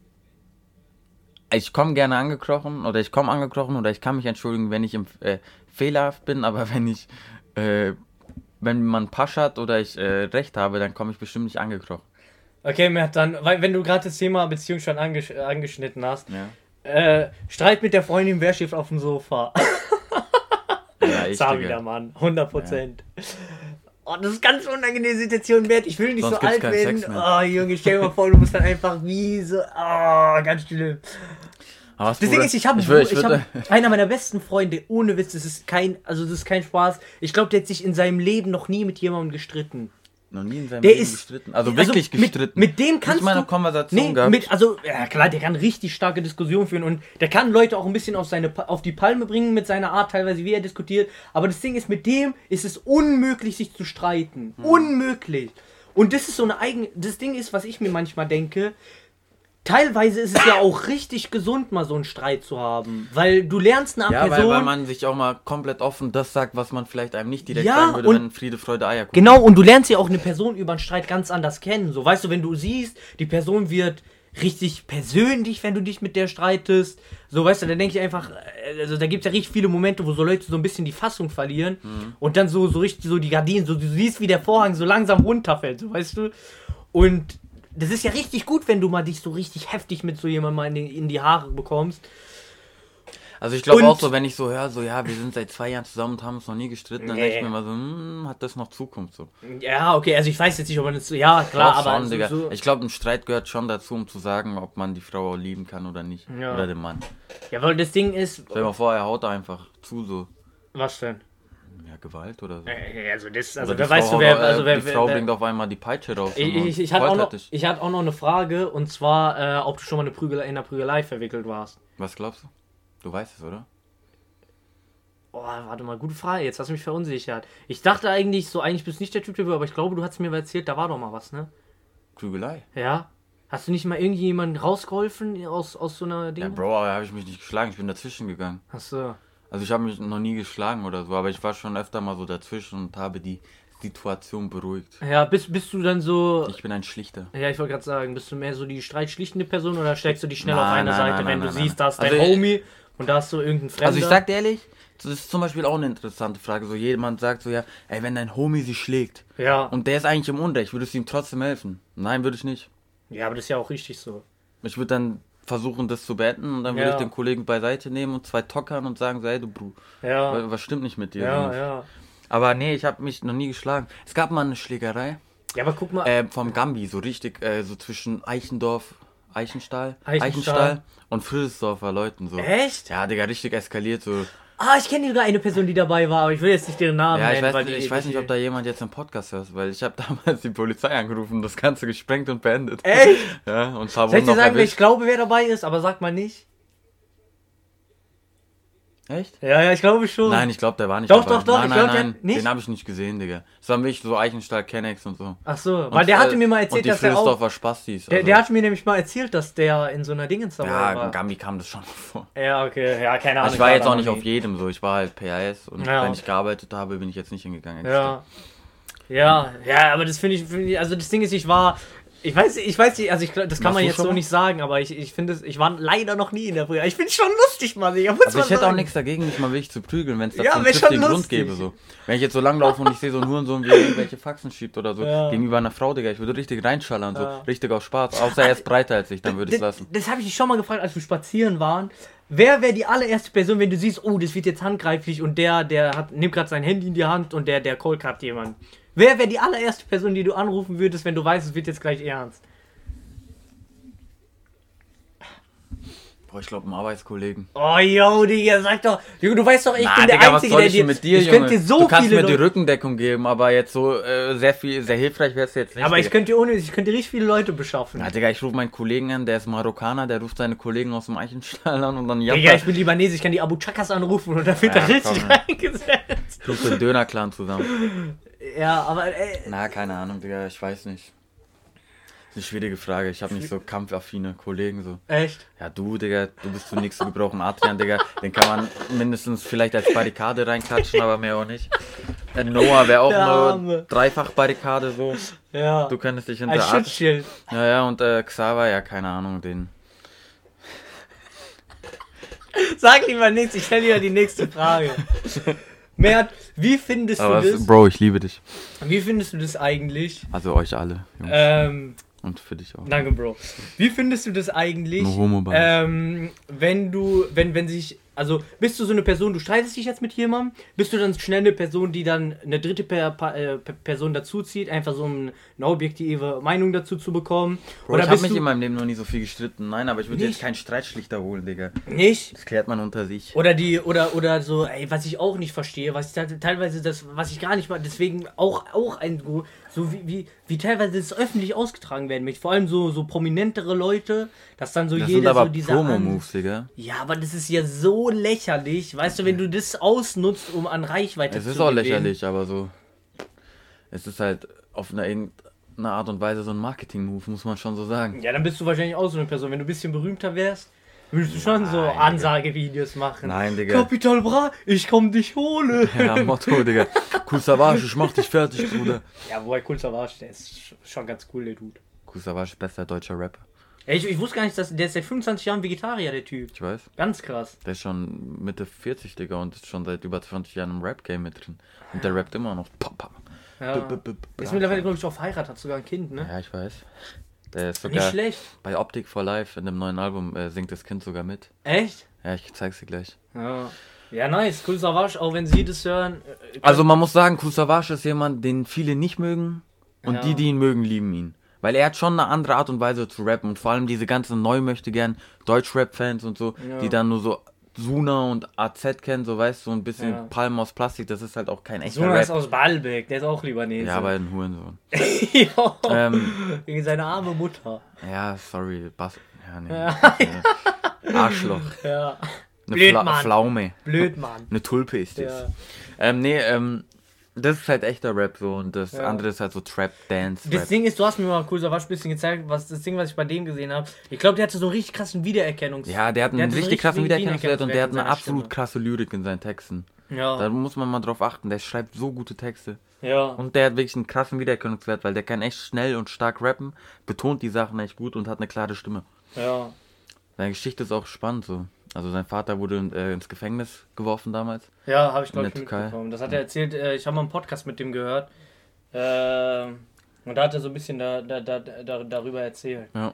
ich komme gerne angekrochen oder ich komme angekrochen oder ich kann mich entschuldigen, wenn ich im äh, fehlerhaft bin, aber wenn ich, äh, wenn man Pasch hat oder ich äh, recht habe, dann komme ich bestimmt nicht angekrochen. Okay, Mert, dann, weil, wenn du gerade das Thema Beziehung schon angesch angeschnitten hast, Ja, äh, Streit mit der Freundin, wer schläft auf dem Sofa? ja ich, Sag Digga. wieder, Mann. hundert Prozent. Oh, das ist ganz unangenehme Situation, Mert. Ich will nicht Sonst so gibt's alt keinen werden. Sex mehr. Oh, Junge, stell dir mal vor, du musst dann einfach wie so. Oh, ganz schlimm. Aber was, Das Ding Bruder? ist, ich habe ich will, ich ich hab würde, einer meiner besten Freunde, ohne Witz, das ist kein, also das ist kein Spaß. Ich glaube, der hat sich in seinem Leben noch nie mit jemandem gestritten. noch nie in seinem Der Leben ist- gestritten. Also also wirklich mit- gestritten. mit dem kannst nicht mal eine du- Konversation Nee, gehabt. mit, also, ja klar, der kann richtig starke Diskussionen führen und der kann Leute auch ein bisschen auf, seine, Pa- auf die Palme bringen mit seiner Art, teilweise wie er diskutiert. Aber das Ding ist, mit dem ist es unmöglich, sich zu streiten. Hm. Unmöglich. Und das ist so eine eigene, das Ding ist, was ich mir manchmal denke, teilweise ist es ja auch richtig gesund, mal so einen Streit zu haben. Weil du lernst eine ja, weil, Person... weil man sich auch mal komplett offen das sagt, was man vielleicht einem nicht direkt Ja, sagen würde, und- wenn Friede, Freude, Eierkuchen. Genau, und du lernst ja auch eine Person über einen Streit ganz anders kennen. So, weißt du, wenn du siehst, die Person wird richtig persönlich, wenn du dich mit der streitest. So, weißt du, dann denke ich einfach, äh, also da gibt es ja richtig viele Momente, wo so Leute so ein bisschen die Fassung verlieren und dann so, so richtig so die Gardinen, so du siehst, wie der Vorhang so langsam runterfällt, so, weißt du. Und das ist ja richtig gut, wenn du mal dich so richtig heftig mit so jemandem mal in die, in die Haare bekommst. Also ich glaube Und- auch so, wenn ich so höre, so ja, wir sind seit zwei Jahren zusammen und haben uns noch nie gestritten, dann Nee. denke ich mir mal so, hm, hat das noch Zukunft so. Ja, okay, also ich weiß jetzt nicht, ob man das so, ja, klar, Doch aber schon, so, Digga. so, Ich glaube, ein Streit gehört schon dazu, um zu sagen, ob man die Frau auch lieben kann oder nicht. Ja. Oder den Mann. ja, weil das Ding ist, Stell dir mal vor, er haut einfach zu, so, was denn? ja, Gewalt oder so. Äh, Also das, Oder also die wer Frau weißt du, haut wer, auch, also äh, wer, die wer, Frau wer bringt auf einmal die Peitsche raus. ich, und ich, ich, hatte auch foltert noch, dich. ich hatte auch noch eine Frage, und zwar, äh, ob du schon mal eine Prügelei, in einer Prügelei verwickelt warst. Was glaubst du? Du weißt es, oder? Oh, warte mal, gute Frage, jetzt hast du mich verunsichert. Ich dachte eigentlich, so eigentlich bist du nicht der Typ dafür, aber ich glaube, du hast mir mal erzählt, da war doch mal was, ne? Prügelei. Ja? Hast du nicht mal irgendjemanden rausgeholfen aus, aus so einer Ding? Ja, Bro, da habe ich mich nicht geschlagen, ich bin dazwischen gegangen. Achso. Also ich habe mich noch nie geschlagen oder so, aber ich war schon öfter mal so dazwischen und habe die Situation beruhigt. Ja, bist, bist du dann so... Ich bin ein Schlichter. Ja, ich wollte gerade sagen, bist du mehr so die streitschlichtende Person oder steigst du dich schnell auf Nein, eine nein, Seite, nein, wenn nein, du nein, siehst, nein. da ist dein Also, Homie und da hast du irgendeinen Fremder? Also ich sag dir ehrlich, das ist zum Beispiel auch eine interessante Frage. So jemand sagt so, ja, ey, wenn dein Homie sich schlägt Ja. und der ist eigentlich im Unrecht, würdest du ihm trotzdem helfen? Nein, würde ich nicht. Ja, aber das ist ja auch richtig so. Ich würde dann versuchen, das zu beenden und dann würde Ja. ich den Kollegen beiseite nehmen und zwei tockern und sagen so, ey, du Bru, Ja. wa- was stimmt nicht mit dir? Ja, So. ja. Aber nee, ich habe mich noch nie geschlagen. Es gab mal eine Schlägerei Ja, aber guck mal. äh, vom Gambi, so richtig, äh, so zwischen Eichendorf, Eichenstahl, Eichenstahl. Eichenstahl und Friedrichsdorfer Leuten so. Echt? Ja, Digga, richtig eskaliert so. Ah, ich kenne sogar eine Person, die dabei war, aber ich will jetzt nicht deren Namen Ja, ich nennen, weiß, weil nicht, die, ich weiß nicht, ob da jemand jetzt im Podcast hört, weil ich habe damals die Polizei angerufen, das Ganze gesprengt und beendet. Echt? Ja, und ein paar Soll ich wurden dir noch sagen, wer ich erwischt. glaube, wer dabei ist, aber sag mal nicht. Echt? Ja, ja, ich glaube schon. Nein, ich glaube, der war nicht Doch, dabei. doch, doch, Nein, ich nein, glaub, der- nein, nicht? den habe ich nicht gesehen, Digga. Das waren wirklich so Eichenstahl, Kennex und so. Ach so, Und, weil der hatte äh, mir mal und erzählt, die dass er auch... Friedrichsdorfer Spastis. Der, also- der hat mir nämlich mal erzählt, dass der in so einer Dingens dabei Ja, war. Gambi kam das schon vor. Ja, okay, ja, keine Ahnung. Also ich war jetzt da auch nicht noch auf nie. jedem so, ich war halt P A S und Ja. wenn ich gearbeitet habe, bin ich jetzt nicht hingegangen. Ja. Ja, ja, aber das finde ich, find ich, also das Ding ist, ich war, Ich weiß, ich weiß nicht, also ich, das kann Warst man du jetzt schon so mal? nicht sagen, aber ich, ich finde es, ich war leider noch nie in der Brühe. Ich finde es schon lustig, Mann. Ich, muss Also mal ich hätte auch sagen. nichts dagegen, mich mal wirklich zu prügeln, wenn es Ja, dazu einen wär schon triftigen Grund lustig. gäbe. So. Wenn ich jetzt so langlaufe und ich sehe so einen Hurensohn, wie er irgendwelche Faxen schiebt oder so, Ja. gegenüber einer Frau, Digga, ich würde richtig reinschallern, so Ja. richtig auf Spaß. Außer er ist breiter als ich, dann würde ich es Das, lassen. das habe ich dich schon mal gefragt, als wir spazieren waren. Wer wäre die allererste Person, wenn du siehst, oh, das wird jetzt handgreiflich und der, der hat, nimmt gerade sein Handy in die Hand und der, der callt gerade jemand. Wer wäre die allererste Person, die du anrufen würdest, wenn du weißt, es wird jetzt gleich ernst? Boah, ich glaube, ein Arbeitskollegen. Oh, yo, Digga, sag doch. Junge, du weißt doch, ich Na, bin der Digga, was Einzige, soll der ich dir... denn mit dir, ich Junge? könnte dir so du kannst viele mir die Leute- Rückendeckung geben, aber jetzt so äh, sehr viel, sehr hilfreich wär's jetzt nicht. Aber ich Digga. könnte dir ohne, ich könnte dir richtig viele Leute beschaffen. Na, Digga, ich rufe meinen Kollegen an, der ist Marokkaner, der ruft seine Kollegen aus dem Eichenstall an und dann Digga, ich bin Libanese, ich kann die Abu Chakas anrufen und da wird Ja, er richtig komm. reingesetzt. Ich rufe den Döner-Clan zusammen. Ja, aber ey, Na, keine Ahnung, Digga, ich weiß nicht. Das ist eine schwierige Frage. Ich habe nicht so kampfaffine Kollegen so. echt? Ja, du, Digga, du bist zu nichts zu gebrauchen. Adrian, Digga, den kann man mindestens vielleicht als Barrikade reinklatschen, aber mehr auch nicht. Äh, Noah wäre auch Der eine Arme. Dreifach-Barrikade so. Ja. Du könntest dich Ein hinter Ad- Schutzschild. Ja, ja, und äh, Xaver, ja, keine Ahnung, den. Sag lieber nichts, ich stelle dir die nächste Frage. Mert, wie findest Aber du es, das? Bro, ich liebe dich. Wie findest du das eigentlich? Also euch alle, Jungs. Ähm, Und für dich auch. danke, Bro. Wie findest du das eigentlich? Nur Homo bei Ähm, wenn du, wenn, wenn sich, also bist du so eine Person, du streitest dich jetzt mit jemandem, bist du dann schnell eine Person, die dann eine dritte per, pa- äh, per- Person dazuzieht, einfach so um eine objektive Meinung dazu zu bekommen? Bro, ich hab bist mich du in meinem Leben noch nie so viel gestritten. Nein, aber ich würde Nicht? jetzt keinen Streitschlichter holen, Digga. nicht? Das klärt man unter sich. Oder die, oder, oder so, ey, was ich auch nicht verstehe, was ich da, teilweise das, was ich gar nicht mal, deswegen auch, auch ein, so wie, wie, wie teilweise das öffentlich ausgetragen werden möchte. Vor allem so, so prominentere Leute, dass dann so Das jeder sind aber so diese An- Promo-Moves, Digga. Ja, aber das ist ja so lächerlich, weißt du, wenn du das ausnutzt, um an Reichweite Es zu ist auch gewinnen. lächerlich, aber so. Es ist halt auf eine irgendeine Art und Weise so ein Marketing-Move, muss man schon so sagen. Ja, dann bist du wahrscheinlich auch so eine Person. Wenn du ein bisschen berühmter wärst, würdest du schon so Nein, Digga. Ansagevideos machen. Nein, Digga. Capital Bra, ich komm dich hole. Ja, Motto, Digga. Cool Savage, ich mach dich fertig, Bruder. Ja, wobei Cool Savage, der ist sch- schon ganz cool, der Dude. Cool Savage, bester deutscher Rapper. Ey, ich, ich wusste gar nicht, dass der ist seit fünfundzwanzig Jahren Vegetarier, der Typ. Ich weiß. Ganz krass. Der ist schon Mitte vierzig, Digga, und ist schon seit über zwanzig Jahren im Rap-Game mit drin. Und der rappt immer noch. Papa. Ja. B- b- b- Ist mittlerweile, glaube ich, auch verheiratet, hat sogar ein Kind, ne? Ja, ich weiß. Der ist Nicht sogar schlecht. bei Optik for Life in dem neuen Album äh, singt das Kind sogar mit. Echt? Ja, ich zeig's dir gleich. Ja. Ja, nice. Cool Savage, auch wenn sie das hören. äh, Also man muss sagen, Cool Savage ist jemand, den viele nicht mögen und Ja. die, die ihn mögen, lieben ihn. Weil er hat schon eine andere Art und Weise zu rappen und vor allem diese ganzen neu möchte gern Deutsch-Rap-Fans und so, Ja. die dann nur so Suna und A Z kennen, so weißt du, so ein bisschen Ja. Palmen aus Plastik, das ist halt auch kein echter Suna Rap. ist aus Baalbek, der ist auch Libanese. Ja, aber ein Hurensohn. ja. ähm, Gegen seine arme Mutter. ja, sorry, Bas ja, nee. Ja. Äh, Arschloch. Ja. Eine Blöd, Fla Mann. Pflaume. Blöd, Mann. Eine Tulpe ist das. Ja. Ähm, nee, ähm, das ist halt echter Rap so und das Ja. andere ist halt so Trap, Dance, Das Rap. Ding ist, du hast mir mal Cool Savage ein bisschen gezeigt, was das Ding, was ich bei dem gesehen habe. Ich glaube, der hatte so einen richtig krassen Wiedererkennungs... Ja, der hat einen Der hat so richtig richtig krassen wenig Wiedererkennungswert und der hat eine Wiedererkennungswert in absolut seiner krasse Lyrik in seinen Texten. Ja. Da muss man mal drauf achten, der schreibt so gute Texte. Ja. Und der hat wirklich einen krassen Wiedererkennungswert, weil der kann echt schnell und stark rappen, betont die Sachen echt gut und hat eine klare Stimme. Ja. Seine Geschichte ist auch spannend so. Also sein Vater wurde äh, ins Gefängnis geworfen damals. Ja, habe ich glaube In ich der Türkei. mitbekommen. Das hat er erzählt, äh, ich habe mal einen Podcast mit dem gehört. Äh, und da hat er so ein bisschen da, da, da, da, darüber erzählt. Ja.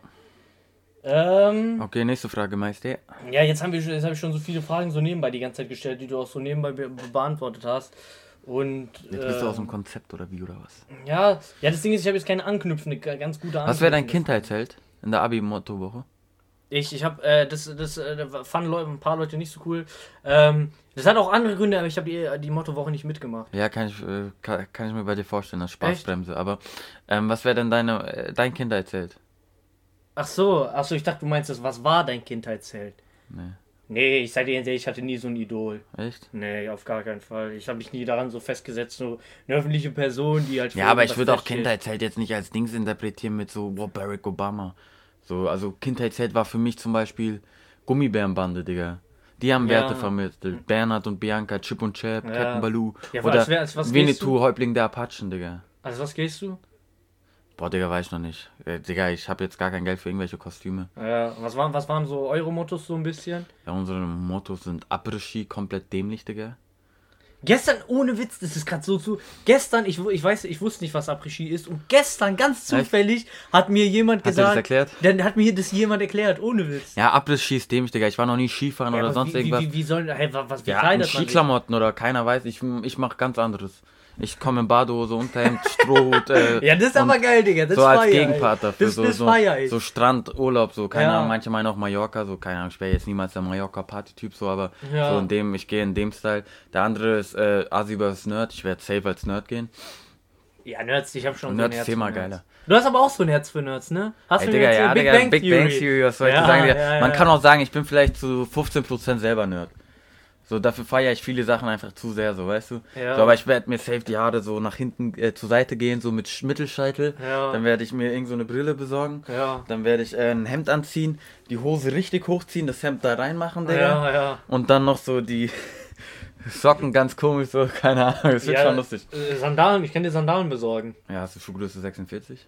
Ähm, Okay, nächste Frage, Meister. ja, jetzt haben wir schon- jetzt habe ich schon so viele Fragen so nebenbei die ganze Zeit gestellt, die du auch so nebenbei be beantwortet hast. Und Jetzt bist du äh, aus dem Konzept oder wie oder was? ja, ja, das Ding ist, ich habe jetzt keine anknüpfende, ganz gute Anknüpfende. Was wäre dein Kindheitsheld in der Abi-Motto-Woche? Ich, ich habe, äh, das, das äh, fanden Leute, ein paar Leute nicht so cool. Ähm, das hat auch andere Gründe, aber ich habe die, die Mottowoche nicht mitgemacht. Ja, kann ich, äh, kann, kann ich mir bei dir vorstellen, das Spaßbremse. Aber ähm, was wäre denn deine, äh, dein Kindheitsheld? Ach so, ach so, ich dachte, du meinst das, was war dein Kindheitsheld? Nee. Nee, ich sag dir ganz ehrlich, ich hatte nie so ein Idol. Echt? Nee, auf gar keinen Fall. Ich habe mich nie daran so festgesetzt, so eine öffentliche Person, die halt... für Ja, aber ich irgendwas würde auch feststeht. Kindheitsheld jetzt nicht als Dings interpretieren mit so, boah, Barack Obama. So, also Kindheitsheld war für mich zum Beispiel Gummibärenbande, Digga. Die haben Ja. Werte vermittelt. Bernhard und Bianca, Chip und Chap, Ja. Captain Baloo. Ja, oder als wär- als was gehst Winnetou, du? Häuptling der Apachen, Digga. Also was gehst du? Boah, Digga, weiß ich noch nicht. Äh, Digga, ich habe jetzt gar kein Geld für irgendwelche Kostüme. Ja, was waren, was waren so eure Mottos so ein bisschen? Ja, unsere Mottos sind Après-Ski, komplett dämlich, Digga. Gestern, ohne Witz, das ist gerade so zu. Gestern, ich, ich weiß, ich wusste nicht, was Après-Ski ist. Und gestern, ganz zufällig, hat mir jemand Hat dir gesagt. das erklärt? Dann hat mir das jemand erklärt, ohne Witz. Ja, Après-Ski ist dämlich, Digga. Ich war noch nie Skifahren Ja, oder aber sonst wie, irgendwas. Wie, wie, wie soll. Hey, was, wie Ja, in kleidet man sich? Skiklamotten oder keiner weiß. Ich, ich mach ganz anderes. Ich komme in Badehose, Unterhemd, Strohhut. Äh, Ja, das ist und aber geil, Digga. Das so als feier ich. Gegenpart dafür. Das, so, das so, feier ich. so Strandurlaub, so, keine Ja. Ahnung, manche meinen auch Mallorca, so, keine Ahnung, ich wäre jetzt niemals der Mallorca-Party-Typ, so, aber Ja. so in dem, ich gehe in dem Style. Der andere ist äh, Asi vs. Nerd, ich werde safe als Nerd gehen. Ja, Nerds, ich hab schon Nerds so ein Herz ist immer für Nerds. geiler. Du hast aber auch so ein Herz für Nerds, ne? Hast Ey, du Digga, ein Herz ja, für Big Digga, Bang Big Theory? Bang Theory, was soll ich Ja, dir sagen, Digga? ja, Man ja. kann auch sagen, ich bin vielleicht zu fünfzehn Prozent selber Nerd. So, dafür feiere ich viele Sachen einfach zu sehr, so, weißt du? Ja. So, aber ich werde mir safe die Haare so nach hinten äh, zur Seite gehen, so mit Sch- Mittelscheitel. Ja. Dann werde ich mir irgend so eine Brille besorgen. Ja. Dann werde ich äh, ein Hemd anziehen, die Hose richtig hochziehen, das Hemd da reinmachen, Digga. Ja, ja. Und dann noch so die Socken ganz komisch, so, keine Ahnung, das wird Ja, schon lustig. äh, Sandalen, ich kann dir Sandalen besorgen. Ja, hast du Schuhgröße sechsundvierzig?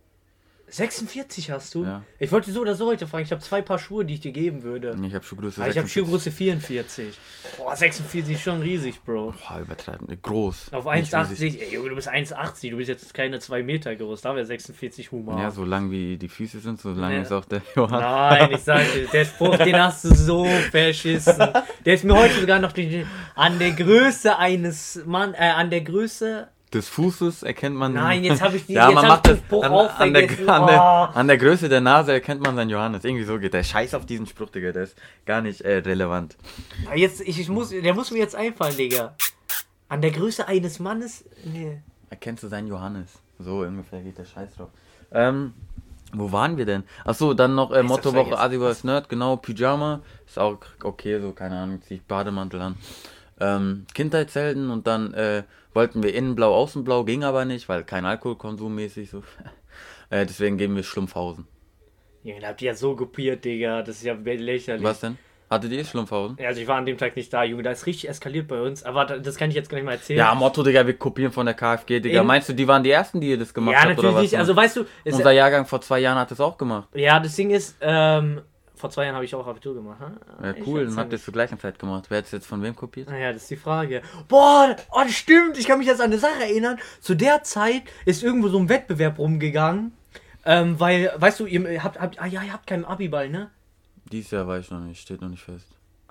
sechsundvierzig hast du? Ja. Ich wollte so oder so heute fragen. Ich habe zwei Paar Schuhe, die ich dir geben würde. Nee, ich habe Schuhgröße Ah, ich habe sechsundvierzig. Schuhgröße vierundvierzig. Boah, sechsundvierzig ist schon riesig, Bro. Boah, übertreiben. Groß. Auf Nicht riesig. eins achtzig, ey Junge, du bist eins achtzig, du bist jetzt keine zwei Meter groß, da wäre sechsundvierzig Humor. Ja, so lang wie die Füße sind, so lang Ja. ist auch der Johann. Nein, ich sag dir, der Spruch, den hast du so verschissen. Der ist mir heute sogar noch durch, an der Größe eines Mann, äh, an der Größe. Des Fußes erkennt man... Nein, jetzt habe ich die Ja, jetzt man hab macht ich das den Spruch an, auch an, der, vergessen. an, der, Oh. an der Größe der Nase erkennt man seinen Johannes. Irgendwie so geht der. Scheiß auf diesen Spruch, Digga, der ist gar nicht äh, relevant. Jetzt, ich, ich muss, der muss mir jetzt einfallen, Digga. An der Größe eines Mannes? Nee. Erkennst du seinen Johannes? So ungefähr geht der Scheiß drauf. Ähm, wo waren wir denn? Achso, dann noch äh, Ich hab's Mottowoche vergessen. Asi vs. Nerd, genau, Pyjama. Ist auch okay, so, keine Ahnung, zieh ich Bademantel an. Ähm, Kindheitshelden und dann äh, wollten wir innen blau, außen blau, ging aber nicht, weil kein Alkoholkonsum mäßig so. äh, deswegen geben wir Schlumpfhausen. Junge, da habt ihr ja so kopiert, Digga. Das ist ja lächerlich. Was denn? Hattet ihr Schlumpfhausen? Ja, also ich war an dem Tag nicht da, Junge. Da ist richtig eskaliert bei uns. Aber da- das kann ich jetzt gar nicht mal erzählen. Ja, Motto, Digga, wir kopieren von der K F G, Digga. In- Meinst du, die waren die Ersten, die ihr das gemacht ja habt, natürlich oder was? nicht. Also weißt du, es, Unser Jahrgang vor zwei Jahren hat das auch gemacht. ja, das Ding ist, ähm, vor zwei Jahren habe ich auch Abitur gemacht. Hm? Ja, Ich cool, weiß dann ja habt ihr es zur gleichen Zeit gemacht. Wer hat es jetzt von wem kopiert? Naja, das ist die Frage. Boah, oh, das stimmt. Ich kann mich jetzt an eine Sache erinnern. Zu der Zeit ist irgendwo so ein Wettbewerb rumgegangen. Ähm, weil, weißt du, ihr habt, habt, ah ja, ihr habt keinen Abiball, ne? Dieses Jahr weiß ich noch nicht, steht noch nicht fest.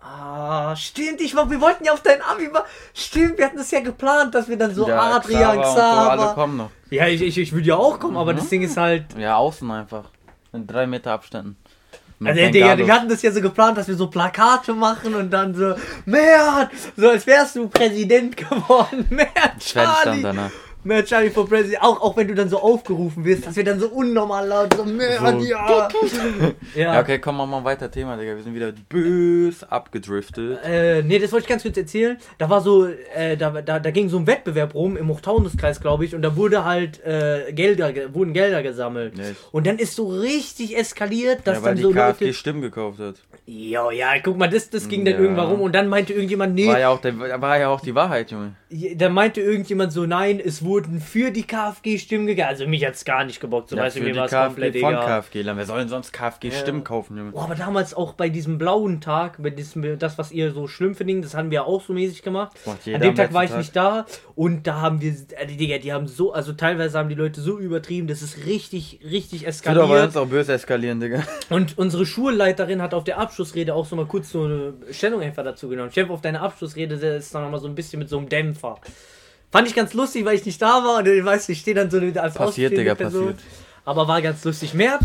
Ah, stimmt. Ich war, wir wollten ja auf deinen Abiball. Stimmt, wir hatten das ja geplant, dass wir dann so Ja, Adrian, Xaver und so, alle Xaver. kommen noch. Ja, ich, ich, ich würde ja auch kommen, aber das Ding ist halt. Ja, außen einfach. In drei Meter Abständen. Mit Also, Digga, Bengalos. wir hatten das ja so geplant, dass wir so Plakate machen und dann so, Mert, so als wärst du Präsident geworden. Mert, Ich werde ich dann Charlie. danach. Mert, Charlie for President. Auch, auch wenn du dann so aufgerufen wirst, dass wir dann so unnormal laut so, Mert, So. ja. Ja, Ja, okay, komm, mach mal weiter Thema, Digga. Wir sind wieder bös abgedriftet. Äh, nee, das wollte ich ganz kurz erzählen. Da war so, äh, da, da, da ging so ein Wettbewerb rum im Hochtaunuskreis, glaube ich, und da wurde halt äh, Gelder, ge- wurden Gelder gesammelt. Echt? Und dann ist so richtig eskaliert, dass Ja, weil dann die so K F G Leute. Stimmen gekauft hat. Ja, ja, guck mal, das, das ging dann Ja. irgendwann rum und dann meinte irgendjemand, nee, War ja auch, der, war ja auch die Wahrheit, Junge. da meinte irgendjemand so, nein, es wurden für die K F G Stimmen gegangen. Also mich hat's gar nicht gebockt, so Ja, weißt du, für mir die war es K F G komplett von egal. K F G-Lern. Wer soll denn sonst K F G Ja. Stimmen kaufen, Junge? Boah, aber damals auch bei diesem blauen Tag, bei diesem, das, was ihr so schlimm findet, das haben wir auch so mäßig gemacht. Das macht jeder An dem am Tag war ich letzten nicht da und da haben wir, äh, die Digga, die haben so, also teilweise haben die Leute so übertrieben, das ist richtig, richtig Das wird aber eskaliert. jetzt auch böse eskalieren, Digga. Und unsere Schulleiterin hat auf der Abschlussrede auch so mal kurz so eine Stellung einfach dazu genommen. Chef, auf deine Abschlussrede, das ist dann nochmal so ein bisschen mit so einem Dämpfer. Fand ich ganz lustig, weil ich nicht da war und ich weiß, ich stehe dann so als Passiert, ausstehende Digga, Person. passiert. Aber war ganz lustig. Mert,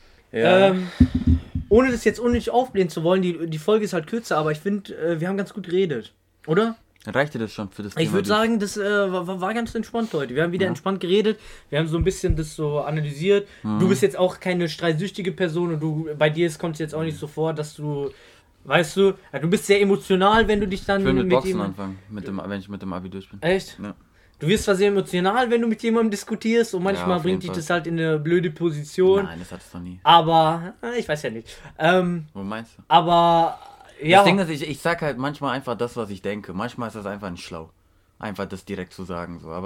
Ja. ähm, ohne das jetzt unnötig aufblähen zu wollen, die, die Folge ist halt kürzer, aber ich finde, äh, wir haben ganz gut geredet. Oder? Reicht dir das schon für das Thema? Ich würde sagen, das äh, war, war ganz entspannt heute. Wir haben wieder Ja. entspannt geredet. Wir haben so ein bisschen das so analysiert. Mhm. Du bist jetzt auch keine streitsüchtige Person und du, bei dir kommt es jetzt auch nicht so vor, dass du, weißt du, ja, du bist sehr emotional, wenn du dich dann Ich will mit Boxen jemandem- anfangen, mit dem, wenn ich mit dem Abi durch bin. Echt? Ja. Du wirst zwar sehr emotional, wenn du mit jemandem diskutierst und manchmal Ja, auf bringt dich jeden das halt in eine blöde Position. Nein, das hat es noch nie. Aber, äh, ich weiß ja nicht. Ähm, Wo meinst du? aber, ja. Das Ding ist, ich, ich sag halt manchmal einfach das, was ich denke. Manchmal ist das einfach nicht schlau. Einfach das direkt zu sagen, so. Aber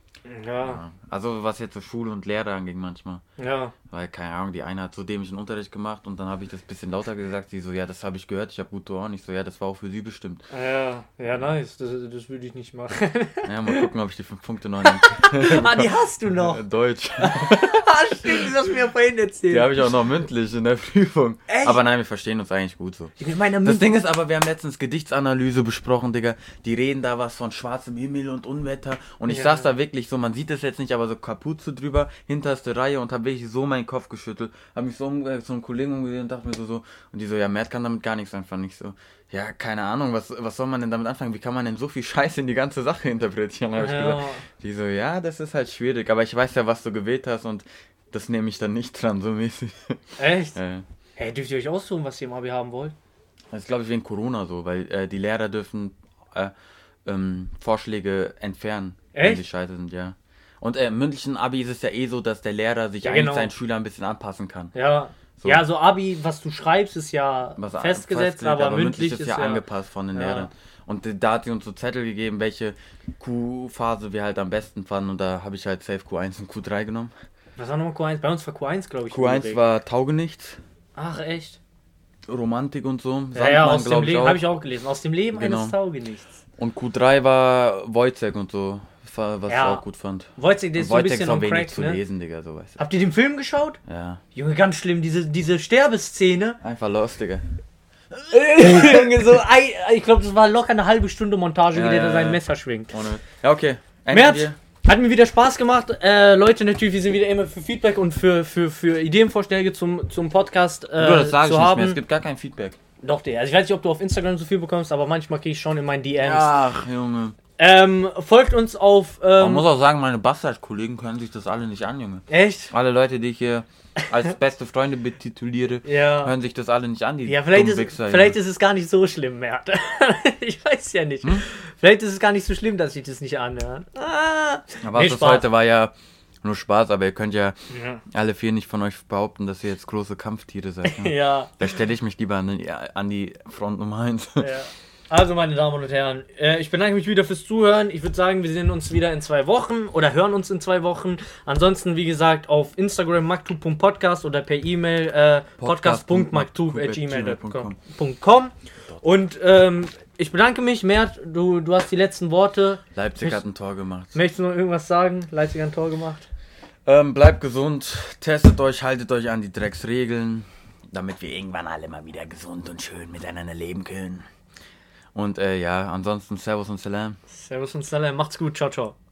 Ja. Ja. Also was jetzt so Schule und Lehre angeht manchmal. Ja. Weil, keine Ahnung, die eine hat so dämlichen Unterricht gemacht und dann habe ich das ein bisschen lauter gesagt. Sie so, ja, das habe ich gehört, ich habe gute Ohren. Ich so, ja, das war auch für sie bestimmt. Ja, ja, nice. Das, das würde ich nicht machen. Ja, mal gucken, ob ich die fünf Punkte noch nehme. Ah, die hast du noch. Deutsch. Ah, stimmt, das hast du mir vorhin erzählt. Die habe ich auch noch mündlich in der Prüfung. Echt? Aber nein, wir verstehen uns eigentlich gut so. In meiner Das Münze. Ding ist aber, wir haben letztens Gedichtsanalyse besprochen, Digga. Die reden da was von schwarzem Himmel und Unwetter. Und ich Ja. saß da wirklich so, man sieht es jetzt nicht, aber so Kapuze drüber, hinterste Reihe und hab wirklich so meinen Kopf geschüttelt. Hab mich so umgekehrt, so einen Kollegen umgesehen und dachte mir so, so. Und die so, ja, Mert kann damit gar nichts anfangen. Ich so, ja, keine Ahnung, was, was soll man denn damit anfangen? Wie kann man denn so viel Scheiße in die ganze Sache interpretieren? Hab ich Ja. gesagt. Die so, ja, das ist halt schwierig, aber ich weiß ja, was du gewählt hast und das nehme ich dann nicht dran, so mäßig. Echt? Äh. Hey, dürft ihr euch aussuchen, was ihr im Abi haben wollt? Das ist, glaube ich, wegen Corona so, weil äh, die Lehrer dürfen äh, ähm, Vorschläge entfernen, wenn Echt? sie scheiße sind, ja. Und äh, im mündlichen Abi ist es ja eh so, dass der Lehrer sich Ja, eigentlich genau. seinen Schülern ein bisschen anpassen kann. Ja. So. Ja, so Abi, was du schreibst, ist ja Was festgesetzt, festgelegt, aber, mündlich ist ja, ja angepasst von den Ja. Lehrern. Und äh, da hat sie uns so Zettel gegeben, welche Q-Phase wir halt am besten fanden. Und da habe ich halt safe Q eins und Q drei genommen. Was war nochmal Q eins? Bei uns war Q eins, glaube ich. Q eins übrig. war Taugenichts, Ach, echt? Romantik und so. Ja, ja, aus dem glaub ich, Leben, auch. habe ich auch gelesen. Aus dem Leben Genau. eines Taugenichts. Und Q drei war Wojciech und so, was Ja. ich auch gut fand. Wojciech, der Und ist so ein Wojciech bisschen ist auch on wenig crack, zu ne? lesen, Digga, so weißt du. Habt ihr den Film geschaut? Ja, Junge, ganz schlimm, diese, diese Sterbeszene. einfach los, Digga. Junge, so, ei- ich glaube, das war locker eine halbe Stunde Montage, Ja, wie der ja, da sein ja. Messer schwingt. Ohne. Ja, okay. Merz, Ende hat mir wieder Spaß gemacht. Äh, Leute, natürlich, wir sind wieder immer für Feedback und für, für, für Ideenvorschläge zum, zum Podcast äh, dir. Du, das sag ich zu nicht haben. mehr, es gibt gar kein Feedback. Doch, der. Also ich weiß nicht, ob du auf Instagram so viel bekommst, aber manchmal kriege ich schon in meinen D Ms. Ach, Junge. Ähm, folgt uns auf... Man Ähm, muss auch sagen, meine Bastard-Kollegen können sich das alle nicht an, Junge. echt? Alle Leute, die ich hier als beste Freunde betituliere, Ja. hören sich das alle nicht an, die Ja, vielleicht, dummen ist, Wichser, vielleicht Junge. ist es gar nicht so schlimm, Mert. Ich weiß ja nicht. Hm? Vielleicht ist es gar nicht so schlimm, dass ich das nicht anhöre. Ah. Aber Nee, das Spaß. heute war ja nur Spaß, aber ihr könnt ja Ja. alle vier nicht von euch behaupten, dass ihr jetzt große Kampftiere seid. Ne? Ja. Da stelle ich mich lieber an die, an die Front Nummer eins. Ja. Also, meine Damen und Herren, äh, ich bedanke mich wieder fürs Zuhören. Ich würde sagen, wir sehen uns wieder in zwei Wochen oder hören uns in zwei Wochen. Ansonsten, wie gesagt, auf Instagram maktub punkt podcast oder per E-Mail äh, podcast punkt maktub at gmail punkt com. Und ähm, ich bedanke mich, Mert, du, du hast die letzten Worte. Leipzig hat ein Tor gemacht. Möchtest du noch irgendwas sagen? Leipzig hat ein Tor gemacht. Ähm, bleibt gesund, testet euch, haltet euch an die Drecksregeln, damit wir irgendwann alle mal wieder gesund und schön miteinander leben können. Und äh, ja, ansonsten Servus und Salam. Servus und Salam. Macht's gut. Ciao, ciao.